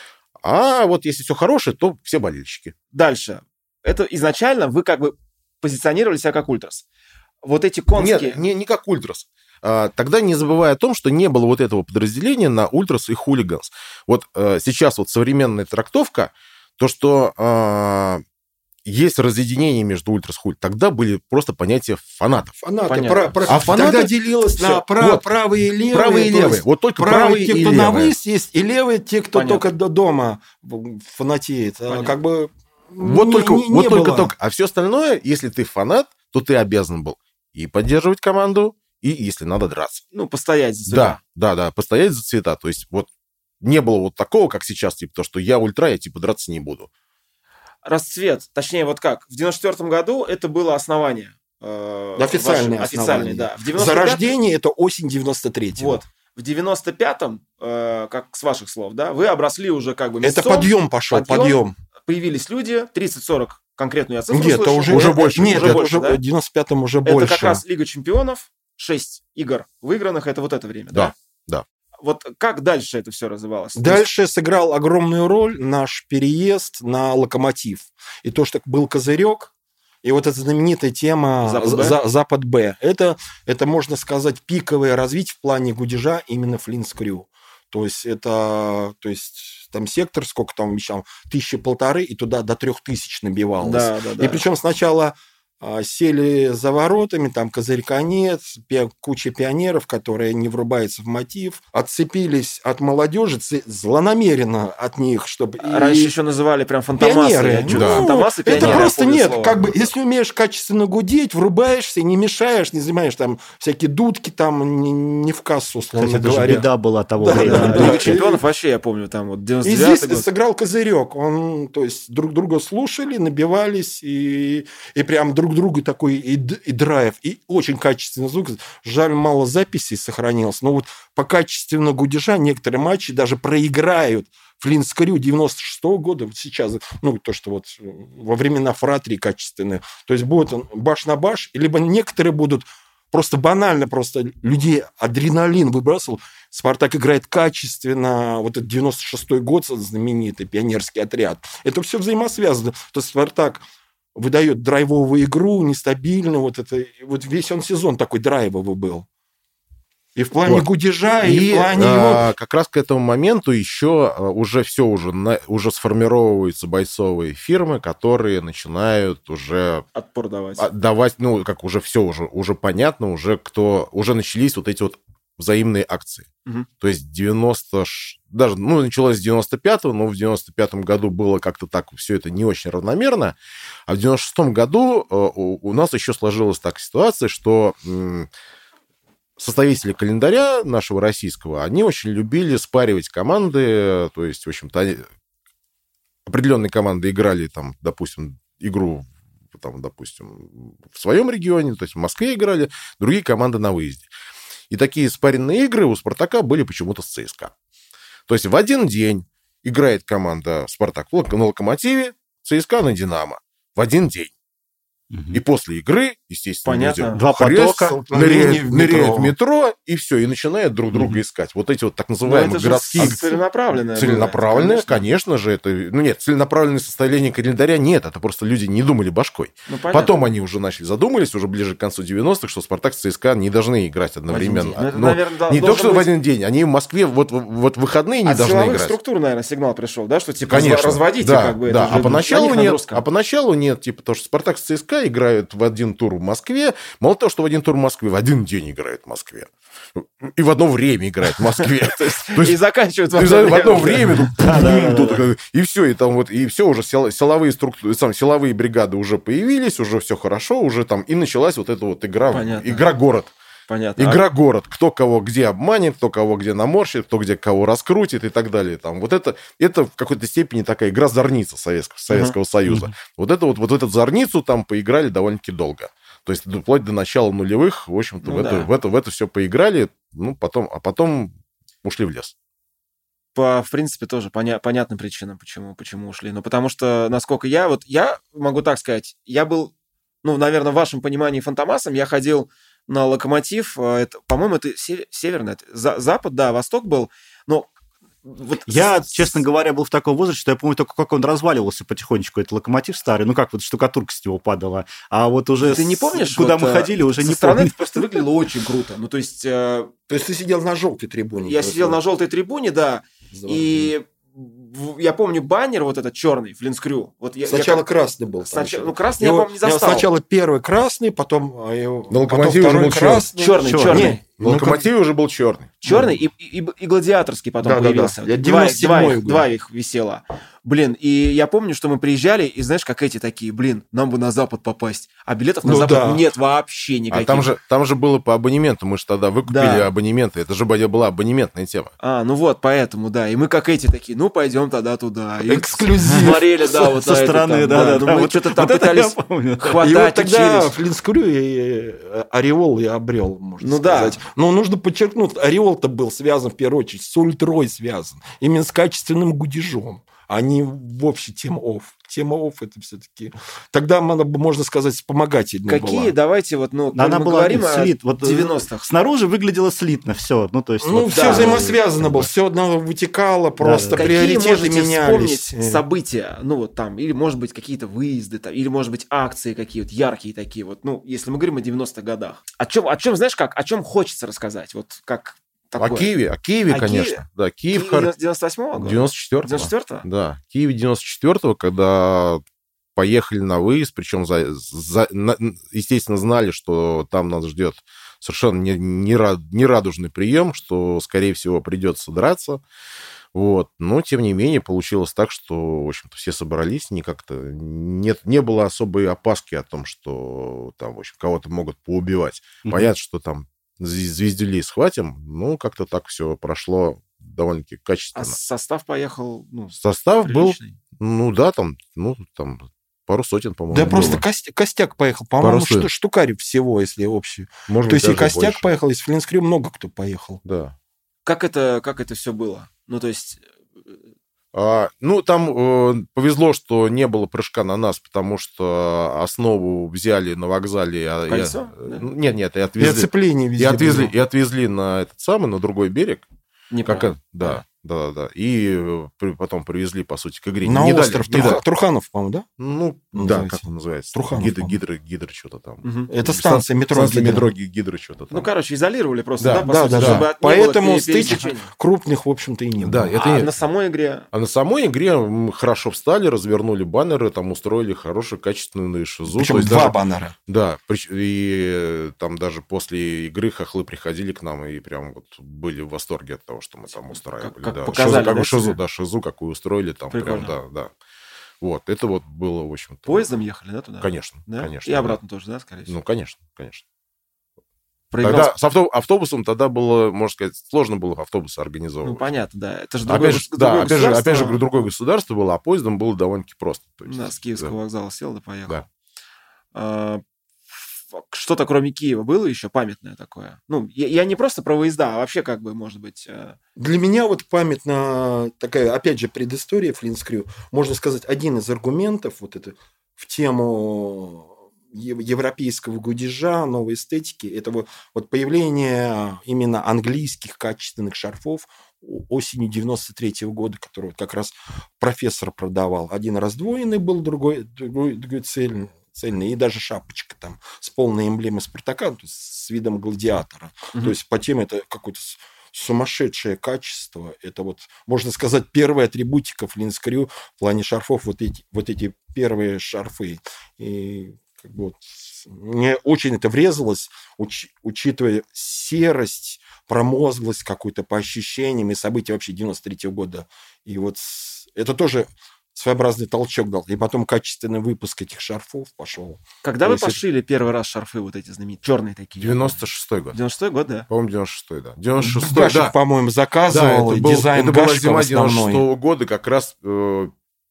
А вот если все хорошее, то все болельщики. Дальше. Это изначально вы как бы позиционировали себя как ультрас. Вот эти конские... Нет, не, не как ультрас. А, тогда не забывая о том, что не было вот этого подразделения на ультрас и хулиганс. Вот а, сейчас вот современная трактовка, то, что а, есть разъединение между ультрас и хулиганс. Тогда были просто понятия фанатов. Фанаты. Про, про, а фанаты... Тогда делилось все. на прав, вот. правые и левые. Правые и левые. Вот только правые, правые те, и кто левые. на выезд есть, и левые, те, кто Понятно. только до дома фанатеет. Понятно. Как бы... Вот, не, только, не, вот не только, было. только. А все остальное, если ты фанат, то ты обязан был и поддерживать команду, и, если надо, драться. Ну, постоять за цвета. Да, да, да, постоять за цвета. То есть вот не было вот такого, как сейчас, типа, то, что я ультра, я, типа, драться не буду. Расцвет, точнее, вот как, в девяносто четвёртом году это было основание. Э, официальное ваше, официальное, да. В Зарождение – это осень девяносто третьего. Вот. В девяносто пятом, э, как с ваших слов, да, вы обросли уже как бы мясцом. Это подъем пошел, подъем. подъем. Появились люди, тридцать-сорок, конкретную я цифру Нет, слышу. уже, уже больше. Нет, уже это больше, уже да? в девяносто пятом уже это больше. Это как раз Лига чемпионов, шесть игр выигранных, это вот это время, да? Да, да. Вот как дальше это все развивалось? Дальше есть... сыграл огромную роль наш переезд на Локомотив. И то, что был козырек, и вот эта знаменитая тема Запад-Б, За, Запад-Б. Это, это, можно сказать, пиковое развитие в плане гудежа именно Флинскрю. То есть это, то есть там сектор, сколько там вещал, тысячи полторы, и туда до трех тысяч набивалось. Да, да, да. И причем сначала сели за воротами, там козырька нет, куча пионеров, которые не врубаются в мотив, отцепились от молодежи злонамеренно от них, чтобы... Раньше и... еще называли прям фантомасы. Пионеры. Ну, да. Фантомасы, пионеры. Это просто нет, слово. как бы, если умеешь качественно гудеть, врубаешься, не мешаешь, не занимаешь там всякие дудки, там не, не в кассу, условно Кстати, говоря. это же беда была того да, времени. Да, Да, да. Лига чемпионов вообще, я помню, там вот девяносто И девятый здесь год. сыграл козырек. Он, то есть, друг друга слушали, набивались, и, и прям друг другу такой и, и драйв, и очень качественный звук. Жаль, мало записей сохранилось, но вот по качественному гудежа некоторые матчи даже проиграют. Флинскрю девяносто шестого года, вот сейчас, ну, то, что вот во времена фратрии качественные, то есть будет он баш на баш, либо некоторые будут просто банально, просто людей адреналин выбрасывал. Спартак играет качественно, вот этот девяносто шестой год, знаменитый пионерский отряд. Это все взаимосвязано. То есть Спартак выдает драйвовую игру, нестабильно, вот это, вот весь он сезон такой драйвовый был. И в плане вот. гудежа, и, и в плане а, его... как раз к этому моменту еще уже все, уже, уже сформировываются бойцовые фирмы, которые начинают уже... Отпор давать. Давать, ну, как уже все, уже, уже понятно, уже кто... Уже начались вот эти вот взаимные акции. Угу. То есть девяносто... Даже, ну, началось с девяносто пятого, но в девяносто пятом году было как-то так все это не очень равномерно. А в девяносто шестом году у нас еще сложилась так ситуация, что составители календаря нашего российского, они очень любили спаривать команды, то есть, в общем-то, определенные команды играли, там, допустим, игру, там, допустим, в своем регионе, то есть в Москве играли, другие команды на выезде. И такие спаренные игры у «Спартака» были почему-то с ЦСКА. То есть в один день играет команда «Спартак» на «Локомотиве», ЦСКА на «Динамо». В один день. И после игры, естественно, понятно. люди Два хрест, потока, ныряют, в ныряют метро. в метро, и все, и начинают друг друга mm-hmm. искать. Вот эти вот так называемые это городские... Же целенаправленное. Целенаправленное, было, конечно. конечно же. Это... Ну нет, целенаправленное составление календаря нет, это просто люди не думали башкой. Ну, потом они уже начали задумались, уже ближе к концу девяностых, что «Спартак» с ЦСКА не должны играть одновременно. Ну, это, ну, наверное, не только что быть... в один день, они в Москве вот, вот в выходные не От должны играть. От структур, наверное, сигнал пришел, да, что типа конечно, разводите да, как бы. Да, это а поначалу нет, нагрузка. а поначалу нет, типа, потому что «Спартак» с ЦСКА играют в один тур в Москве, мало того, что в один тур в Москве, в один день играют в Москве. И в одно время играют в Москве. И заканчивают в одно время. И все, и там вот, и все уже силовые структуры, силовые бригады уже появились, уже все хорошо, уже там, и началась вот эта вот игра, игра-город. Понятно. Игра-город. Кто кого где обманет, кто кого где наморщит, кто где кого раскрутит и так далее. Там. Вот это, это в какой-то степени такая игра-зорница Советского, Советского uh-huh. Союза. Uh-huh. Вот, это вот, вот эту зорницу там поиграли довольно-таки долго. То есть вплоть до начала нулевых, в общем-то, ну, в, да. это, в, это, в это все поиграли, ну, потом, а потом ушли в лес. По, в принципе, тоже поня- понятным причинам, почему, почему ушли. Ну, потому что, насколько я, вот я могу так сказать, я был, ну, наверное, в вашем понимании фантомасом, я ходил на «Локомотив», это, по-моему, это северный, это запад, да, восток был, но... Вот я, с... честно говоря, был в таком возрасте, что я помню только, как он разваливался потихонечку, этот «Локомотив» старый, ну, как вот штукатурка с него падала, а вот уже... Ты не помнишь? Куда вот, мы ходили, уже со не стороны помню. это просто выглядело очень круто, ну, то есть... Э... То есть ты сидел на желтой трибуне? Я сидел на желтой трибуне, да, Заводили. И... Я помню баннер вот этот черный, Флинскрю. Вот я, сначала я... красный был. Сначала... Ну, красный его, я, помню, не застал. Сначала первый красный, потом... На «Локомотиве» уже был красный. Черный, черный. черный. На «Локомотиве» уже был черный. Черный и, и, и гладиаторский потом да, появился. Да, да. Два, два, их, два их висело. Блин, и я помню, что мы приезжали, и знаешь, как эти такие, блин, нам бы на Запад попасть. А билетов на ну, Запад да. нет вообще никаких. А там же, там же было по абонементу, мы же тогда выкупили да. абонементы. Это же была абонементная тема. А, ну вот, поэтому, да. И мы как эти такие, ну, пойдем тогда туда. И эксклюзив. Смотрели, да, вот со стороны, да, да. Ну, да. мы Вот, что-то там вот пытались хватать, и вот тогда учились. Флинскрю и ореол я обрел, можно ну, сказать. Да. Но нужно подчеркнуть, ореол-то был связан, в первую очередь, с ультрой связан. Именно с качественным гудежом, а не в общей тема офф. Тема офф это все-таки... Тогда она, можно сказать, вспомогательная Какие, была. давайте вот, ну, она мы была говорим слит. о Вот девяностых. Снаружи выглядело слитно все. Ну, то есть, ну вот, все да. взаимосвязано было, все одно вытекало, просто да, да. приоритеты Какие менялись. Вспомнить события, ну вот там, или может быть какие-то выезды, там, или может быть акции какие-то яркие такие вот, ну, если мы говорим о девяностых годах. О чем, о чем, знаешь как, о чем хочется рассказать, вот как... Такое. О Киеве, о Киеве, о конечно. Киеве? Да, Киев, Киеве девяносто восьмого года? девяносто четвёртого. девяносто четвёртого? Да, Киеве девяносто четвёртого, когда поехали на выезд, причем, за, за, на, естественно, знали, что там нас ждет совершенно не, не, рад, не радужный прием, что, скорее всего, придется драться. Вот. Но, тем не менее, получилось так, что, в общем-то, все собрались, не как-то... Нет, не было особой опаски о том, что там, в общем, кого-то могут поубивать. Mm-hmm. Понятно, что там звездюлей схватим, ну, как-то так все прошло довольно-таки качественно. А состав поехал, ну, Состав приличный? был, ну, да, там, ну, там... Пару сотен, по-моему. Да было. просто костяк, костяк поехал. По-моему, что, штукарь всего, если общий. Может То быть, есть и костяк больше. поехал, из Флинскрю много кто поехал. Да. Как это, как это все было? Ну, то есть... А, ну, там э, повезло, что не было прыжка на нас, потому что основу взяли на вокзале. Кольцо? И, Да? Нет, нет, и отвезли. И оцепление везде и отвезли, было. и отвезли на этот самый, на другой берег. Не как, помню. да, да, да, да. И потом привезли, по сути, к игре. На не остров дали, Труха... не дали. Труханов, по-моему, да? Ну, называется? да, как он называется? Труханов, Гидро, по-моему. гидро, гидро, что-то там. Угу. Это станция метро. Станция Гидро. метро гидро, что-то там. Ну, короче, изолировали просто, Да, да, по Да, сути, да, чтобы да. от- не Поэтому было стычек пересечения. крупных, в общем-то, и не было. Да, это А не- на самой игре... А на самой игре мы хорошо встали, развернули баннеры, там устроили хорошую, качественную шизу. Причем То есть два даже- баннера. Да, прич- и там даже после игры хохлы приходили к нам и прям вот были в восторге от того, что мы там устраивали. Как- как да. показали, шизу, как да, бы шизу, себя? да, шизу какую устроили там. Прикольно. Прям, да, да. Вот, это вот было, в общем-то... Поездом ехали, да, туда? Конечно, Да? конечно. И да. обратно тоже, да, скорее всего? Ну, конечно, конечно. Проиграл Тогда с авто- автобусом тогда было, можно сказать, сложно было автобусы организовывать. Ну, понятно, да. Это же другое, Опять же, гос- да, другое опять же, опять же, государство. говорю, другое государство было, а поездом было довольно-таки просто. То есть, Да, с Киевского да. вокзала сел, да поехал. Да. А, ф- что-то кроме Киева было еще памятное такое? Ну, я, я не просто про выезда, а вообще как бы, может быть... э, Для меня вот памятна такая, опять же, предыстория Флинскрю. Можно сказать, один из аргументов вот это в тему ев- европейского гудежа, новой эстетики, это вот, вот появление именно английских качественных шарфов о- осенью девяносто третьего года, который вот как раз профессор продавал. Один раздвоенный был, другой, другой, другой цельный. цельный, и даже шапочка там с полной эмблемой Спартака, то есть с видом гладиатора. Мгм. То есть по теме это какое-то с- сумасшедшее качество. Это вот, можно сказать, первая атрибутика Флинскрю в плане шарфов, вот эти, вот эти первые шарфы. И как бы вот мне очень это врезалось, уч- учитывая серость, промозглость какую-то по ощущениям и события вообще девяносто третьего года. И вот с- это тоже своеобразный толчок дал. И потом качественный выпуск этих шарфов пошел. Когда вы Если- пошили первый раз шарфы вот эти знаменитые, черные такие? девяносто шестой год. девяносто шестой год, да? По-моему, девяносто шестой, да. девяносто шестой, Гашек, да. по-моему, Да, заказывал, это, и был, дизайн это была Гашека зима в основной. девяносто шестого года, как раз э,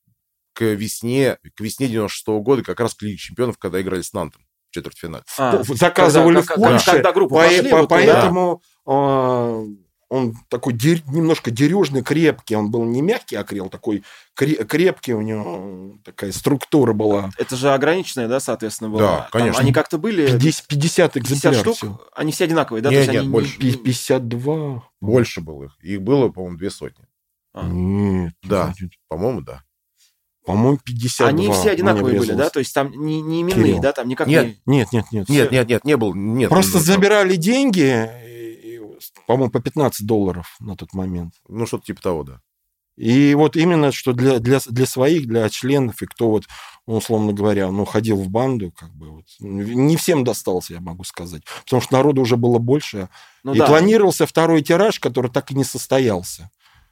к весне, к весне девяносто шестого года, как раз к Лиге чемпионов, когда играли с Нантом в четвертьфинале. А, Заказывали когда- в когда- Польше. когда группу по- пошли, по- вот туда. поэтому а, он такой дер- немножко дерюжный, крепкий. Он был не мягкий акрил, такой кре- крепкий у него такая структура была. Это же ограниченное, да, соответственно, было? Да, Там конечно. они как-то были... пятьдесят, пятьдесят пятьдесят экземпляров штук? всего. Они все одинаковые, да? Не, То есть нет, они больше. не- пятьдесят два. Больше было их. Их было, по-моему, две сотни. А. Нет. Да. По-моему, да. По-моему, пятьдесят два. Они все мне одинаковые были, врезалось. да? То есть там не, не именные, Кирилл. да? Там никак Нет. не... Нет, нет, нет. Нет, всё. нет, нет, не было. Нет, Просто ну, забирали деньги, и- и, по-моему, по пятнадцать долларов на тот момент. Ну, что-то типа того, да. И вот именно, что для, для, для своих, для членов, и кто вот, ну, условно говоря, ну, ходил в банду, как бы вот, не всем достался, я могу сказать. Потому что народу уже было больше. Ну и да. планировался второй тираж, который так и не состоялся.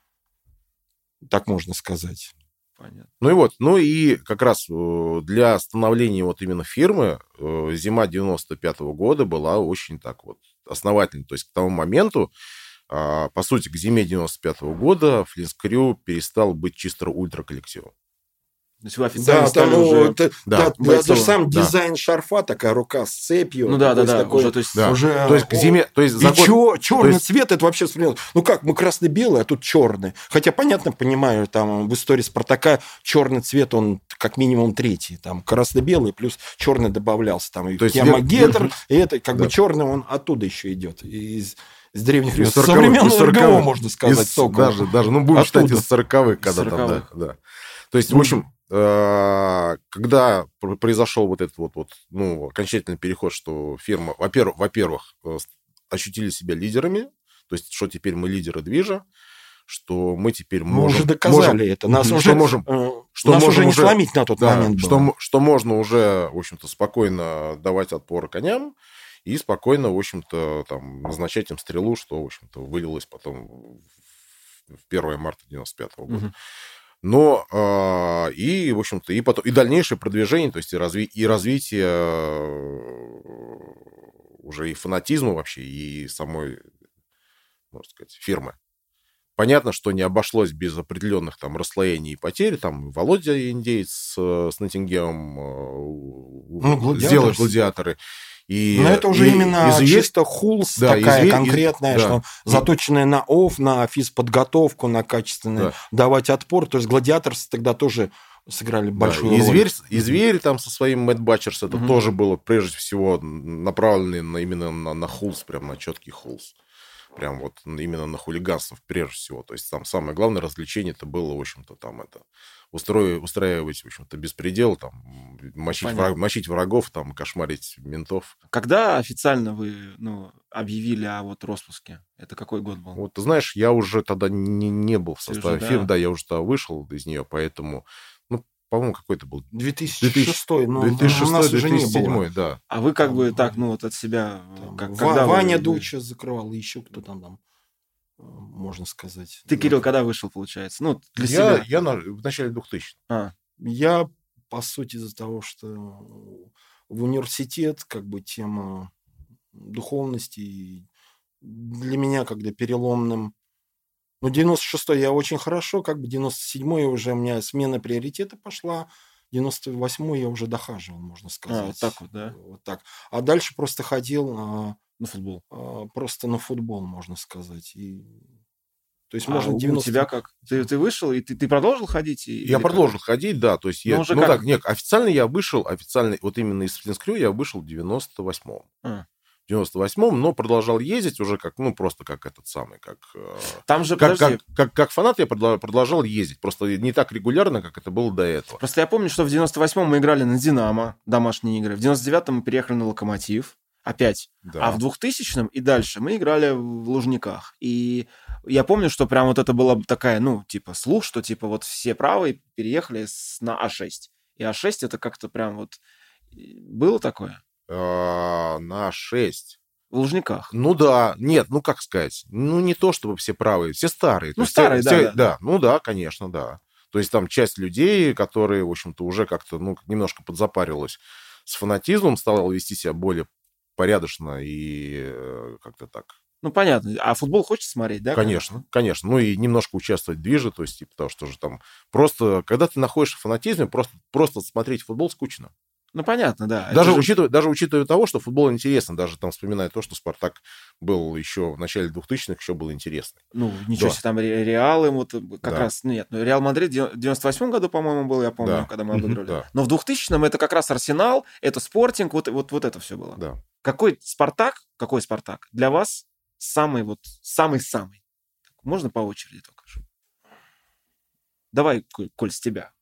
Так можно сказать. Понятно. Ну и вот, ну и как раз э, для становления вот именно фирмы э, зима девяносто пятого года была очень так вот основательной. То есть к тому моменту, э, по сути, к зиме девяносто пятого года Флинскрю перестал быть чисто ультраколлективом. То есть вы официально Да, стали там, уже... ну, это- Да, да, да, бойцовым. даже сам Да. дизайн шарфа, такая рука с цепью. Ну да, да, то есть да. такой- Уже, то есть... Да. Уже, То есть к зиме, то есть за И год- черный то есть- цвет это вообще смотрел. Ну как, мы красно-белый, а тут черный. Хотя, понятно, понимаю, там в истории Спартака черный цвет, он как минимум третий. Там красно-белый плюс черный добавлялся. Там и То есть тема вер- Гетер, вер- и это как Да. бы черный, он оттуда еще идет. Из, из древних Из времен. сороковых, Современного из эр гэ о, сороковых. можно сказать. Из- Сокол. даже, даже, ну, будем Оттуда. считать из сороковых, когда там, да, сороковых. да. То есть, в общем, э, когда пр- произошел вот этот вот, вот, ну, окончательный переход, что фирма, во-первых, во-первых, э, ощутили себя лидерами, то есть, что теперь мы лидеры движа, что мы теперь Мы можем... уже доказали можем- это. Нас что уже можем, э, что Нас можно уже не сломить на тот да, момент что, было. что можно уже, в общем-то, спокойно давать отпор коням и спокойно, в общем-то, там, назначать им стрелу, что, в общем-то, вылилось потом в первое марта девяносто пятого года. Мгм. Но э, и, в общем-то, и, потом, и дальнейшее продвижение, то есть и, разви, и развитие э, уже и фанатизма вообще, и самой, можно сказать, фирмы. Понятно, что не обошлось без определенных там расслоений и потерь. Там Володя Индеец с, с Ноттингемом Ну, гладиаторы. сделали гладиаторы. И, Но это уже и, именно изве... чисто хулс, да, такая изве... конкретная, да. что заточенная на офф, на физподготовку, на качественное Да. давать отпор. То есть гладиаторы тогда тоже сыграли большую да. И роль. Зверь, и Зверь там со своим Мэтт Батчерс, это Мгм. тоже было прежде всего направлено на, именно на, на хулс, прям на четкий хулс. Прям вот именно на хулиганство прежде всего. То есть там самое главное развлечение это было, в общем-то, там это устроив, устраивать, в общем-то, беспредел, там, мочить, враг, мочить врагов, там, кошмарить ментов. Когда официально вы ну, объявили о вот распуске? Это какой год был? Вот, ты знаешь, я уже тогда не, не был в составе уже, фирмы, да. да, я уже тогда вышел из нее, поэтому, ну, по-моему, какой-то был две тысячи шестой, но две тысячи у нас шестой, уже не две тысячи седьмой, было. да. А вы как Там, бы так, ну вот от себя... Там как, Ва- когда вы- Ваня вы- Дуча закрывал, и еще кто там, там, э, можно сказать. Ты, Да. Кирилл, когда вышел, получается? Ну, для Я, себя. я на, в начале двухтысячных. А, Я, по сути, из-за того, что в университет, как бы, тема духовности и для меня, когда переломным. Ну, девяносто шестой я очень хорошо, как бы девяносто седьмой уже у меня смена приоритета пошла, девяносто восьмой я уже дохаживал, можно сказать. а, вот так вот, да? Вот так. А дальше просто ходил а, На футбол. а, просто на футбол, можно сказать. И... То есть А можно у девяносто... тебя как? Ты, ты вышел, и ты, ты продолжил ходить? И- Я или как? продолжил ходить, да, то есть я, Ну, уже ну как? так, нет, официально я вышел, официально, вот именно из Флинскрю я вышел в девяносто восьмом. А. В девяносто восьмом, но продолжал ездить уже как, ну, просто как этот самый, как... э, Там же, Как, подожди, как, как, как фанат я продла- продолжал ездить, просто не так регулярно, как это было до этого. просто я помню, что в девяносто восьмом мы играли на «Динамо», домашние игры. В девяносто девятом мы переехали на «Локомотив», опять. Да. А в двухтысячном и дальше мы играли в Лужниках. И я помню, что прям вот это была такая, ну, типа, слух, что, типа, вот все правые переехали с, на А шесть. И А шесть это как-то прям вот... Было такое? А, на шесть. В Лужниках. Ну да, нет, ну как сказать, ну не то чтобы все правые, все старые. То Ну, есть старые, все- да, все- да. да. Ну да, конечно, да. То есть там часть людей, которые, в общем-то, уже как-то, ну, немножко подзапарилась с фанатизмом, стала вести себя более порядочно и э, как-то так. Ну, понятно. А футбол хочется смотреть, да? Конечно, конечно. Ну и немножко участвовать в движе, то есть, типа того, что же там просто, когда ты находишься в фанатизме, просто, просто смотреть футбол скучно. Ну, понятно, да. Это Даже, же- учитывая, даже учитывая того, что футбол интересно, даже там вспоминая то, что Спартак был еще в начале двухтысячных, еще был интересный. Ну, ничего Да. себе, там Ре- Реал им вот как Да. раз... Ну, нет, ну, Реал Мадрид в девяносто восьмом году, по-моему, был, я помню, Да. когда мы Мгм, обыграли. да. Но в двухтысячном это как раз Арсенал, это Спортинг, вот, вот, вот это все было. Да. Какой Спартак, какой Спартак для вас самый вот, самый-самый? Можно по очереди только? чтобы- Давай, Коль, Коль, с тебя.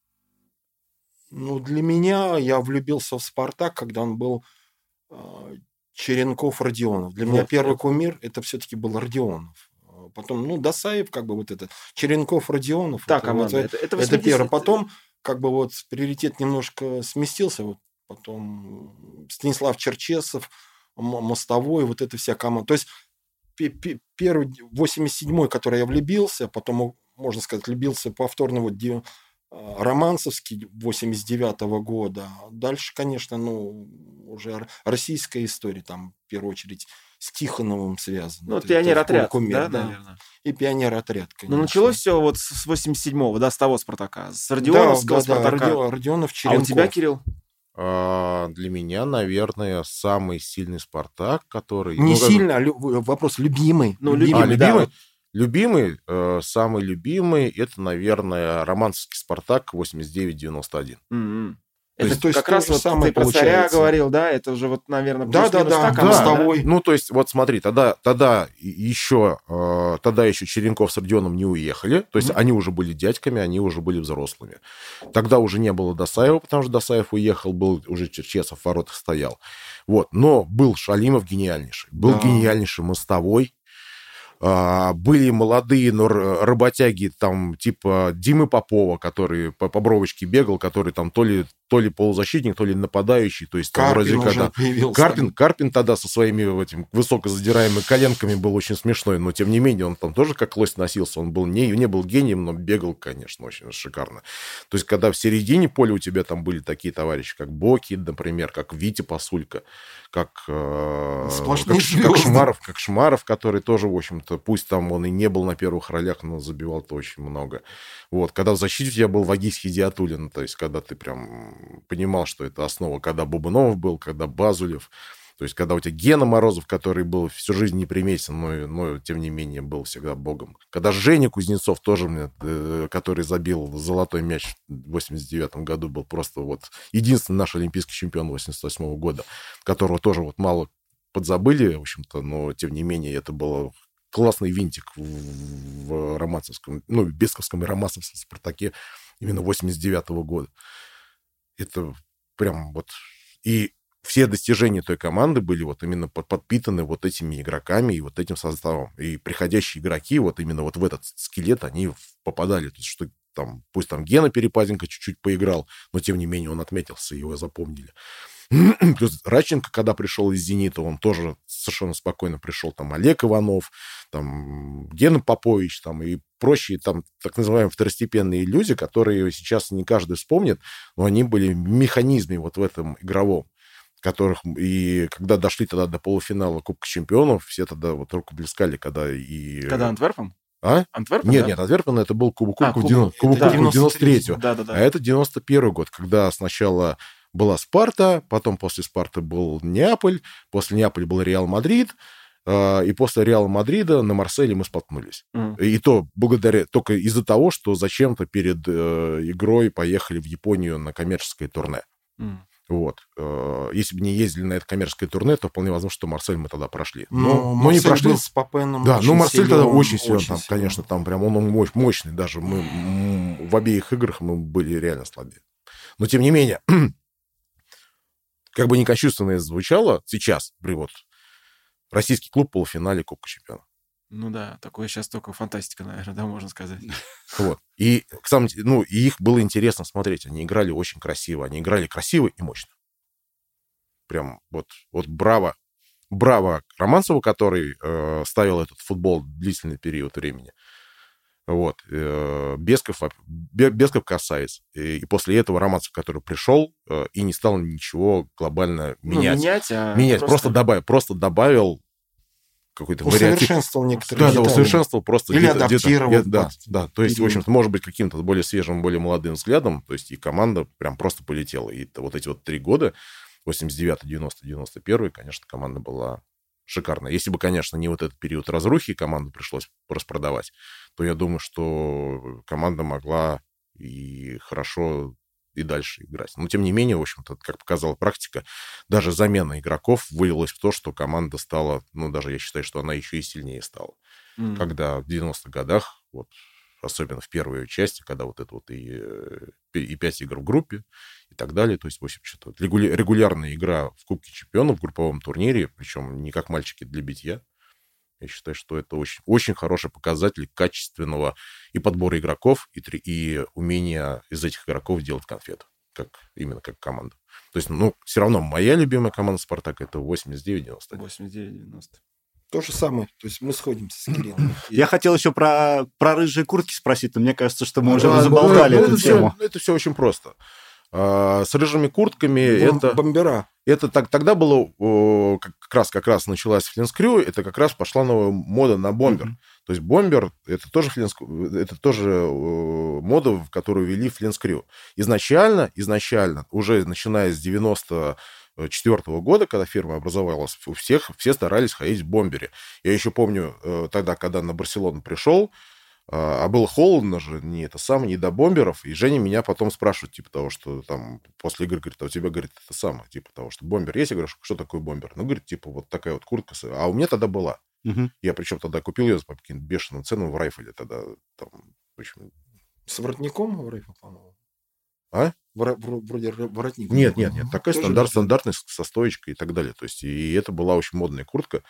Ну, для меня я влюбился в «Спартак», когда он был э, Черенков-Родионов. Для меня Вот. первый кумир это все-таки был Родионов. А Потом, ну, Досаев, как бы вот этот. Черенков-Родионов. Та это, команда. вот, это, это это восьмидесятые. первое. Потом, как бы вот приоритет немножко сместился. Вот потом Станислав Черчесов, М- Мостовой, вот эта вся команда. То есть пе- пе- первый, восемьдесят седьмой, который я влюбился, потом, можно сказать, влюбился повторно вот де- а, Романцевский восемьдесят девятого года. Дальше, конечно, ну, уже р- российская история, там, в первую очередь, с Тихоновым связано. Ну, Это- пионер-отряд, это кумир, да, да. наверное. И пионер-отряд, конечно. Ну, началось все вот с восемьдесят седьмого, да, с того Спартака. С Да, Родионовского да, да, Спартака. Родио- Родионов, А у Черенков. тебя, Кирилл? А, для меня, наверное, самый сильный Спартак, который... Не ну, как- сильно, а лю- вопрос любимый. Ну, А, любимый, да, любимый? вот. Любимый, э, самый любимый, это, наверное, Романцевский Спартак восемьдесят девять девяносто один. М-м. То Это есть- то есть как то раз же вот самое ты про царя получается. говорил, да? Это уже вот, наверное, Да, да, плюс-минус да, та да, команда, Мостовой. Ну, то есть, вот смотри, тогда, тогда еще, э, тогда еще Черенков с Родионом не уехали, то есть Мгм. они уже были дядьками, они уже были взрослыми. Тогда уже не было Досаева, потому что Досаев уехал, был уже Черчесов в воротах стоял. Вот, но был Шалимов гениальнейший, был Да. гениальнейший Мостовой. Были молодые, но работяги, там, типа Димы Попова, который по, по бровочке бегал, который там то ли, то ли полузащитник, то ли нападающий. То есть, там, Карпин вроде уже когда... появился. Карпин, Карпин тогда со своими этим, высоко задираемыми коленками был очень смешной, но, тем не менее, он там тоже как лось носился. Он был не, не был гением, но бегал, конечно, очень шикарно. То есть, когда в середине поля у тебя там были такие товарищи, как Боки, например, как Витя Пасулька, как, э, как, как Шмаров, как Шмаров, который тоже, в общем-то, пусть там он и не был на первых ролях, но забивал-то очень много. Вот. Когда в защите у тебя был Вагис Хидиатуллин, то есть когда ты прям понимал, что это основа, когда Бубнов был, когда Базулев, то есть когда у тебя Гена Морозов, который был всю жизнь неприметен, но, но тем не менее был всегда богом. Когда Женя Кузнецов тоже, который забил золотой мяч в восемьдесят девятом году, был просто вот единственный наш олимпийский чемпион восемьдесят восьмого года, которого тоже вот мало подзабыли, в общем-то, но тем не менее это было классный винтик в романцевском, ну, в бесковском и романцевском «Спартаке» именно восемьдесят девятого года. Это прям вот... И все достижения той команды были вот именно подпитаны вот этими игроками и вот этим составом. И приходящие игроки вот именно вот в этот скелет, они попадали. То есть, что там, пусть там Гена Перепаденко чуть-чуть поиграл, но тем не менее он отметился, его запомнили. Плюс Радченко, когда пришел из «Зенита», он тоже совершенно спокойно пришел. Там Олег Иванов, там Гена Попович, там и прочие, там так называемые второстепенные люди, которые сейчас не каждый вспомнит, но они были в механизме вот в этом игровом, которых, и когда дошли тогда до полуфинала Кубка Чемпионов, все тогда вот рукоплескали, когда и... Когда Антверпен? А? Антверпен, нет, да? нет, Антверпен это был Кубок а, Кубков девяносто третьего. Да, да, да. А это девяносто первый год, когда сначала была Спарта, потом после Спарты был Неаполь, после Неаполя был Реал Мадрид, и после Реала Мадрида на Марселе мы споткнулись. Mm. И то благодаря только из-за того, что зачем-то перед э, игрой поехали в Японию на коммерческое турне. Mm. Вот. Если бы не ездили на это коммерческое турне, то вполне возможно, что Марсель мы тогда прошли. Но, но не прошли. Был с Папеном. Да, ну Марсель силен, тогда очень силен, очень там, силен. конечно, там прям он, он мощный даже. Мы в обеих играх мы были реально слабее. Но тем не менее, как бы некощунственно это звучало, сейчас, при вот российский клуб в полуфинале Кубка Чемпионов. Ну да, такое сейчас только фантастика, наверное, да, можно сказать. Вот. И, ну, и их было интересно смотреть. Они играли очень красиво. Они играли красиво и мощно. Прям вот, вот браво. Браво Романцеву, который э, ставил этот футбол длительный период времени. Вот. Э, Бесков, Бесков касается. И, и после этого Романцев, который пришел э, и не стал ничего глобально менять. Ну, менять, а менять. Просто... просто добавил. Просто добавил какой-то усовершенствовал вариатив. некоторые Да, да, усовершенствовал просто. Или где-то, адаптировал. Где-то, да, да, то есть, в общем-то, может быть, каким-то более свежим, более молодым взглядом, то есть и команда прям просто полетела. И вот эти вот три года, восемьдесят девятый, девяностый, девяносто первый, конечно, команда была шикарная. Если бы, конечно, не вот этот период разрухи, команду пришлось распродавать, то я думаю, что команда могла и хорошо и дальше играть. Но, тем не менее, в общем-то, как показала практика, даже замена игроков вылилась в то, что команда стала, ну, даже я считаю, что она еще и сильнее стала. Mm. Когда в девяностых годах, вот, особенно в первой части, когда вот это вот и, и пять игр в группе и так далее, то есть, в общем, что регулярная игра в Кубке Чемпионов, в групповом турнире, причем не как мальчики для битья. Я считаю, что это очень, очень хороший показатель качественного и подбора игроков, и, и умения из этих игроков делать конфету, как, именно как команда. То есть, ну, все равно моя любимая команда «Спартак» — это восемьдесят девять девяносто. восемьдесят девять девяносто. То же самое. То есть мы сходимся с Кириллом. Я хотел еще про, про рыжие куртки спросить, но мне кажется, что мы уже заболтали эту тему. Это все очень просто. С рыжими куртками это... Бомбера. Это так, тогда было, о, как, раз, как раз началась Флинскрю, это как раз пошла новая мода на бомбер. Mm-hmm. То есть бомбер, это тоже, флинск... это тоже о, мода, в которую ввели Флинскрю. Изначально, изначально, уже начиная с девяносто четвёртого года, когда фирма образовалась, у всех, все старались ходить в бомбере. Я еще помню тогда, когда на Барселону пришел, а было холодно же, не это самое, не до бомберов. И Женя меня потом спрашивает, типа того, что там после игры, говорит, а у тебя, говорит, это самое, типа того, что бомбер есть? Я говорю, что такое бомбер? Ну, говорит, типа вот такая вот куртка. А у меня тогда была. Угу. Я причем тогда купил ее по каким-то бешеным ценам в Райфеле тогда. Там, в общем... С воротником в Райфеле, по-моему? А? Вроде воротник. Нет, нет, нет. Такая стандарт, стандартная со стоечкой и так далее. То есть и это была очень модная куртка.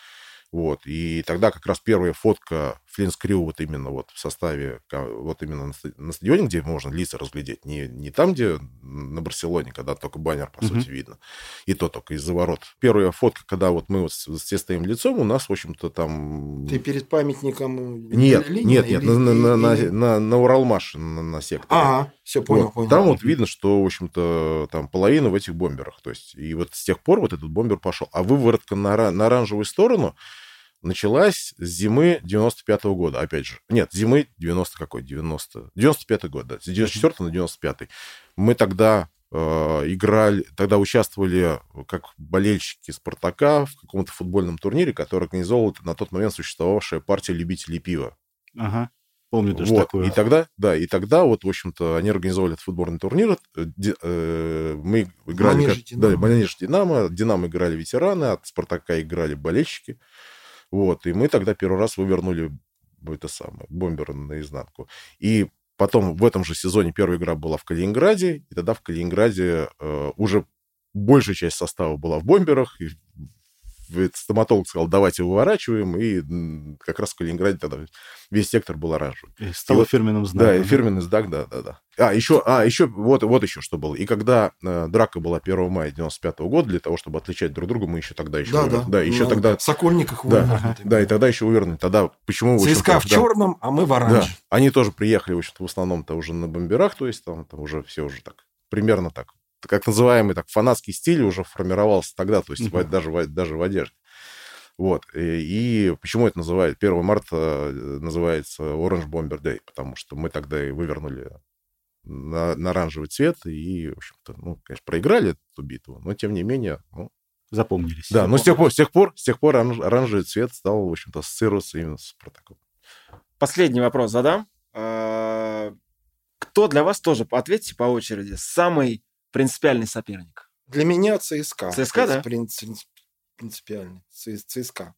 Вот. И тогда как раз первая фотка Флинскрю вот именно вот в составе, вот именно на стадионе, где можно лица разглядеть, не, не там, где на Барселоне, когда только баннер, по mm-hmm. сути, видно, и то только из-за ворот. Первая фотка, когда вот мы вот все стоим лицом, у нас, в общем-то, там... Ты перед памятником Нет, Ленина, нет, нет, или, на, или, на, на, или... на, на Уралмаш, на, на секторе. А, все, понял, вот. понял. Там вот видно, что, в общем-то, там половина в этих бомберах. То есть, и вот с тех пор вот этот бомбер пошел. А выворотка на, на оранжевую сторону началась с зимы девяносто пятого года, опять же. Нет, зимы девяносто какой? девяносто... девяносто пятый год, да. С девяносто четвёртого на девяносто пятый. Мы тогда э, играли, тогда участвовали как болельщики «Спартака» в каком-то футбольном турнире, который организовывала на тот момент существовавшая партия любителей пива. Ага. Помню даже вот. такое. И тогда, да, и тогда вот, в общем-то, они организовали этот футбольный турнир. Ди, э, мы играли... Манеж как, да, Манеж Динамо. Динамо играли ветераны, от Спартака играли болельщики. Вот. И мы тогда первый раз вывернули это самое, бомбер наизнанку. И потом в этом же сезоне первая игра была в Калининграде. И тогда в Калининграде э, уже большая часть состава была в бомберах. И стоматолог сказал, давайте выворачиваем, и как раз в Калининграде тогда весь сектор был оранжевый. И стало и вот, фирменным знаком. Да, и фирменный знак, да, да, да. А, еще, а, еще вот, вот еще что было. И когда э, драка была первого мая девяносто пятого года, для того, чтобы отличать друг друга, мы еще тогда еще... Да, вывернули. да. Да, еще на тогда... В Сокольниках да, вывернули. да, и тогда еще вывернули. Тогда почему... ЦСКА в да, черном, а мы в оранжевом. Да, они тоже приехали, в общем-то, в основном-то уже на бомберах, то есть там, там уже все уже так, примерно так. Как называемый так фанатский стиль уже формировался тогда, то есть uh-huh. даже, даже в одежде. Вот. И, и почему это называют? первого марта называется Orange Bomber Day, потому что мы тогда и вывернули на, на оранжевый цвет и, в общем-то, ну, конечно, проиграли эту битву, но, тем не менее... Ну, запомнились. Да, но с тех пор, с тех пор, с тех пор оранжевый цвет стал, в общем-то, ассоциироваться именно с Спартаком. Последний вопрос задам. Кто для вас тоже, ответьте по очереди, самый принципиальный соперник? Для меня ЦСКА. ЦСКА, да? Принципиальный. ЦСКА.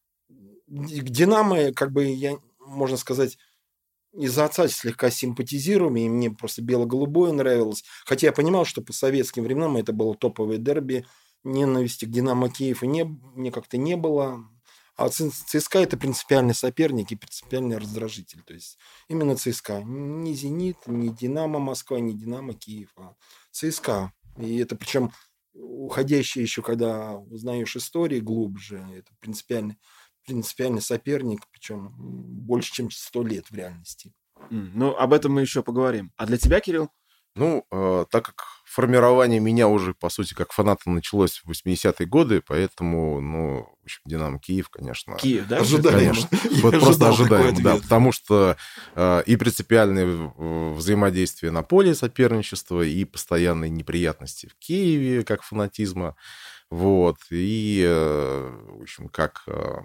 К Динамо, как бы, я, можно сказать, из-за отца слегка симпатизируем, и мне просто бело-голубое нравилось. Хотя я понимал, что по советским временам это было топовое дерби, ненависти к Динамо Киев и не, мне как-то не было. А ЦСКА – это принципиальный соперник и принципиальный раздражитель. То есть именно ЦСКА. Не «Зенит», не «Динамо Москва», не «Динамо Киев», а ЦСКА. И это причем... уходящий еще, когда узнаешь истории глубже, это принципиальный, принципиальный соперник, причем больше, чем сто лет в реальности. Mm, ну, об этом мы еще поговорим. А для тебя, Кирилл? Ну, э, так как формирование меня уже, по сути, как фаната началось в восьмидесятые годы, поэтому, ну, в общем, Динамо Киев, конечно. Киев, да? Ожидаемо. Конечно. Вот просто ожидаем, да, потому что э, и принципиальное взаимодействие на поле соперничества, и постоянные неприятности в Киеве, как фанатизма, вот, и, в общем, как...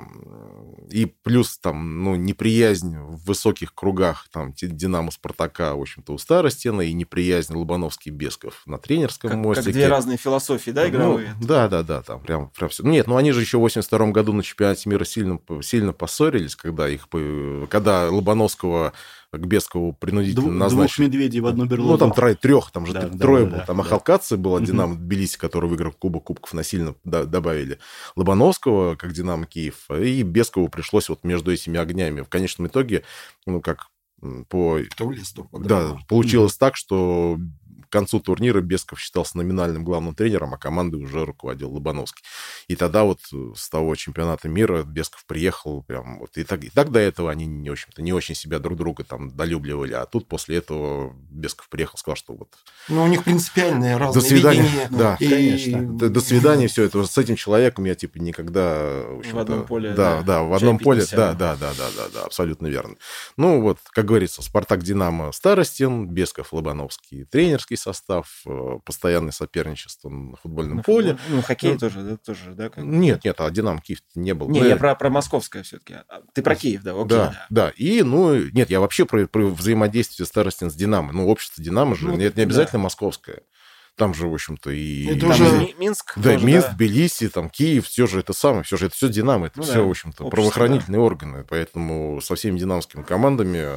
И плюс там, ну, неприязнь в высоких кругах, там, Динамо, Спартака, в общем-то, у старой стены, и неприязнь Лобановский-Бесков на тренерском как, мостике. Как две разные философии, да, игровые? Ну, да, да, да, там прям, прям все. Нет, ну, они же еще в восемьдесят втором году на чемпионате мира сильно, сильно поссорились, когда их, когда Лобановского к Бескову принудительно Двух, назначили. Двух медведей в одну берлогу. Ну, там трое, трех, там же да, трое да, было. да, там да. Ахалкадзе была, Угу. Динамо Тбилиси, который выиграл Кубок Кубков, насильно добавили. Лобановского, как Динамо Киев, и Бескову пришлось вот между этими огнями. В конечном итоге, ну, как по... Кто влез, кто да, получилось угу. так, что к концу турнира Бесков считался номинальным главным тренером, а командой уже руководил Лобановский. И тогда вот с того чемпионата мира Бесков приехал прям вот. И так, и так до этого они, не, в общем-то, не очень себя друг друга там долюбливали, а тут после этого Бесков приехал, сказал, что вот... Ну, у них принципиальные разные до свидания. видения. Да, и... конечно. До, до свидания, все это. С этим человеком я, типа, никогда... В, в одном поле. Да, да, да в одном Чай поле. Да, да, да, да, да, да, абсолютно верно. Ну, вот, как говорится, Спартак-Динамо Старостин, Бесков, Лобановский, тренерский состав, постоянное соперничество на футбольном на поле. Футбол... Ну, хоккей ну, тоже, да, тоже, да? Как... Нет, нет, а Динамо Киев не был. Не, Мы... я про, про московское все-таки. Ты про Киев, да, окей. Да, да, да. И, ну, нет, я вообще про, про взаимодействие Старостин с Динамо. Ну, общество Динамо же, ну, это не обязательно да. московское. Там же, в общем-то, и... Это там уже... Минск. Да, тоже, Минск, да? Тбилиси, там, Киев, все же это самое, все же это все Динамо, это ну, все, да. в общем-то, общество, правоохранительные да. органы. Поэтому со всеми динамовскими командами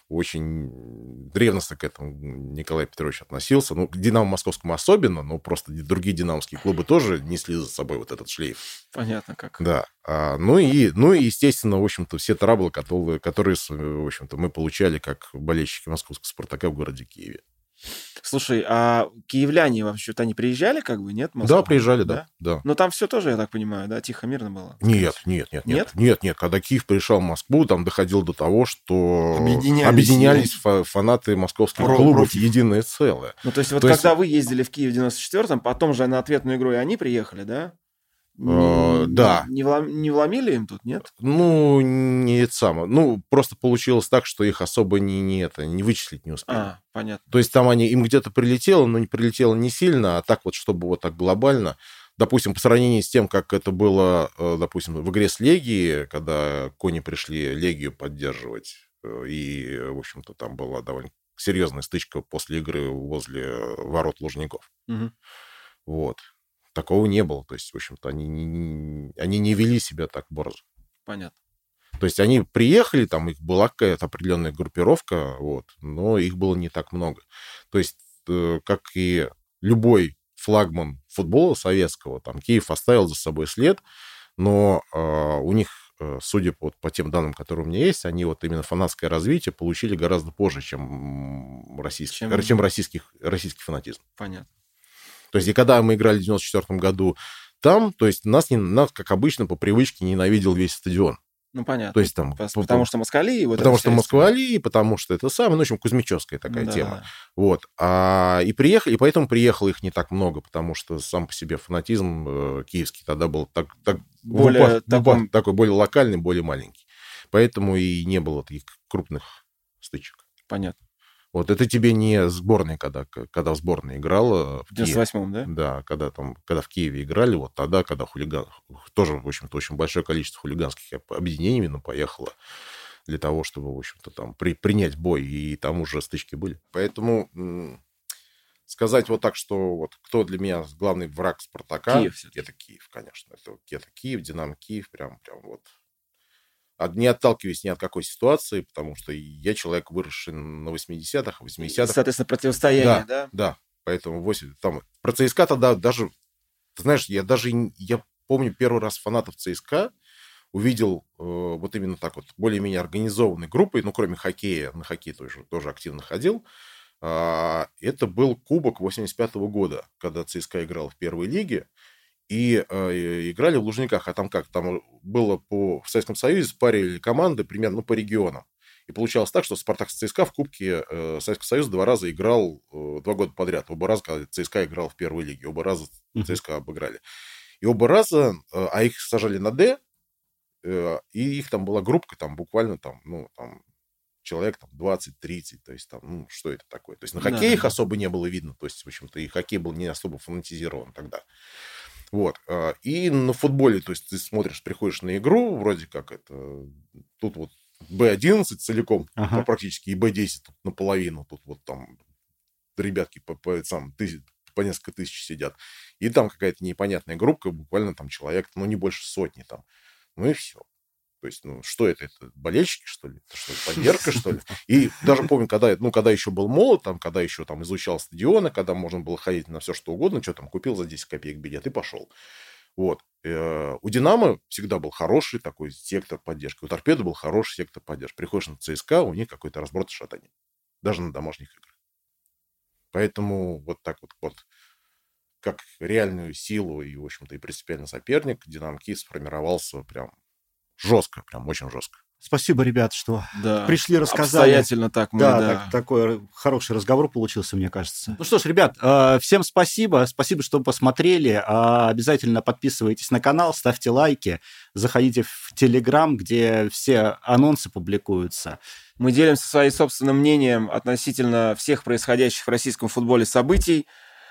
очень ревностно к этому Николай Петрович относился. Ну, к «Динамо» московскому особенно, но просто другие динамовские клубы тоже несли за собой вот этот шлейф. Понятно как. Да. А, ну, и, ну и, естественно, в общем-то, все траблы, которые, которые, в общем-то, мы получали как болельщики московского «Спартака» в городе Киеве. Слушай, а киевляне вообще-то они приезжали как бы, нет? в Москву? Да, приезжали, да, да. Но там все тоже, я так понимаю, да, тихо, мирно было? Нет, нет, нет, нет, Нет? нет, нет. Когда Киев пришел в Москву, там доходило до того, что Объединялись, объединялись фа- фанаты московских Про- клубов против. в единое целое. Ну, то есть вот То есть- когда вы ездили в Киев в девяносто четвёртом, потом же на ответную игру и они приехали, да? Э, да. Не, влом- не вломили им тут, нет? Ну, не это самое. Ну, просто получилось так, что их особо не, не, это, не вычислить не успели. А, понятно. То есть там они, им где-то прилетело, но не прилетело не сильно, а так вот, чтобы вот так глобально. Допустим, по сравнению с тем, как это было, э, допустим, в игре с Легией, когда кони пришли Легию поддерживать, э, и, в общем-то, там была довольно серьезная стычка после игры возле ворот Лужников. Мгм. Вот. Такого не было. То есть, в общем-то, они не, не- они не вели себя так борзо. Понятно. То есть они приехали, там их была какая-то определенная группировка, вот, но их было не так много. То есть, э, как и любой флагман футбола советского, там Киев оставил за собой след, но э, у них, э, судя по, вот, по тем данным, которые у меня есть, они вот именно фанатское развитие получили гораздо позже, чем, российский, Чем- чем российских, российский фанатизм. Понятно. То есть, и когда мы играли в девяносто четвёртом году там, то есть нас, не, нас, как обычно, по привычке ненавидел весь стадион. Ну, понятно. То есть там... Пос- по- Потому что москали... и вот Потому это что вся москвали, потому что это самое, ну, в общем, кузьмичевская история. такая Ну, тема. да-да-да. Вот. А, и приехали, и поэтому приехало их не так много, потому что сам по себе фанатизм э, киевский тогда был так, так, Более в упад- в таком- упад- такой более локальный, более маленький. Поэтому и не было таких крупных стычек. Понятно. Вот это тебе не сборная, когда, когда в сборной играла в В девяносто Киеве. восьмом, да? Да, когда там, когда в Киеве играли, вот тогда, когда хулиган, тоже, в общем-то, очень большое количество хулиганских объединений именно поехало для того, чтобы, в общем-то, там при, принять бой, и там уже стычки были. Поэтому м, сказать вот так, что вот кто для меня главный враг Спартака, Киев всё-таки. это Киев, конечно. Это, это Киев, Динамо Киев, прям, прям вот. От- Не отталкиваясь ни от какой ситуации, потому что я человек, выросший на восьмидесятых, восьмидесятых. Соответственно, противостояние, да? Да, поэтому восемь там про ЦСКА тогда даже, ты знаешь, я даже, не- я помню первый раз фанатов ЦСКА увидел э, вот именно так вот, более-менее организованной группой, ну, кроме хоккея, на хоккей тоже, тоже активно ходил. А, это был Кубок восемьдесят пятого года, когда ЦСКА играл в первой лиге, и э, играли в Лужниках, а там как, там было по, в Советском Союзе спарили команды примерно, ну, по регионам. И получалось так, что Спартак с ЦСКА в Кубке э, Советского Союза два раза играл, э, два года подряд. Оба раза, когда ЦСКА играл в первой лиге, оба раза ЦСКА обыграли. И оба раза, э, а их сажали на «Д», э, и их там была группка, там буквально там, ну, там, человек там двадцать-тридцать, то есть там, ну, что это такое? То есть на хоккее Да. их особо не было видно, то есть, в общем-то, и хоккей был не особо фанатизирован тогда. Вот. э, И на футболе, то есть ты смотришь, приходишь на игру, вроде как это, тут вот бэ одиннадцать целиком, Ага. практически, и бэ десять тут наполовину, тут вот там ребятки по, по, сам, тысяч, по несколько тысяч сидят. И там какая-то непонятная группка, буквально там человек, ну, не больше сотни там. Ну и все. То есть, ну, что это? Это болельщики, что ли? Это что, поддержка, что ли? И даже помню, когда, ну, когда еще был молод, там, когда еще там изучал стадионы, когда можно было ходить на все, что угодно, что там, купил за десять копеек билет и пошел. Вот. Э, У «Динамо» всегда был хороший такой сектор поддержки. У «Торпедо» был хороший сектор поддержки. Приходишь на ЦСКА, у них какой-то разброд и шатание. Даже на домашних играх. Поэтому вот так вот, вот как реальную силу и, в общем-то, и принципиальный соперник, «Динамо Киев» сформировался прям жестко, прям очень жестко. Спасибо, ребят, что Да. пришли, рассказали. Обстоятельно так мы, Да, да. так- такой хороший разговор получился, мне кажется. Ну что ж, ребят, э, всем спасибо. Спасибо, что посмотрели. А, Обязательно подписывайтесь на канал, ставьте лайки, заходите в Телеграм, где все анонсы публикуются. Мы делимся своим собственным мнением относительно всех происходящих в российском футболе событий.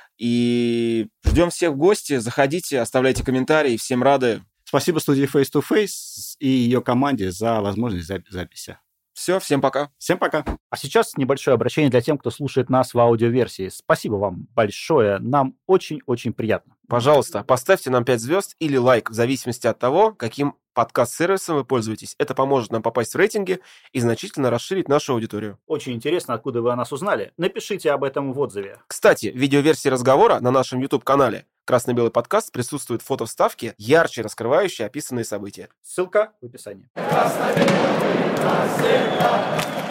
И ждем всех в гости. Заходите, оставляйте комментарии. Всем рады. Спасибо студии Face to Face и ее команде за возможность запи- записи. Все, всем пока. Всем пока. А сейчас небольшое обращение для тем, кто слушает нас в аудиоверсии. Спасибо вам большое. Нам очень-очень приятно. Пожалуйста, поставьте нам пять звезд или лайк, в зависимости от того, каким подкаст-сервисом вы пользуетесь. Это поможет нам попасть в рейтинги и значительно расширить нашу аудиторию. Очень интересно, откуда вы о нас узнали. Напишите об этом в отзыве. Кстати, в видеоверсии разговора на нашем YouTube-канале «Красно-белый подкаст» присутствуют фото-вставки, ярче раскрывающие описанные события. Ссылка в описании. Красно-белый,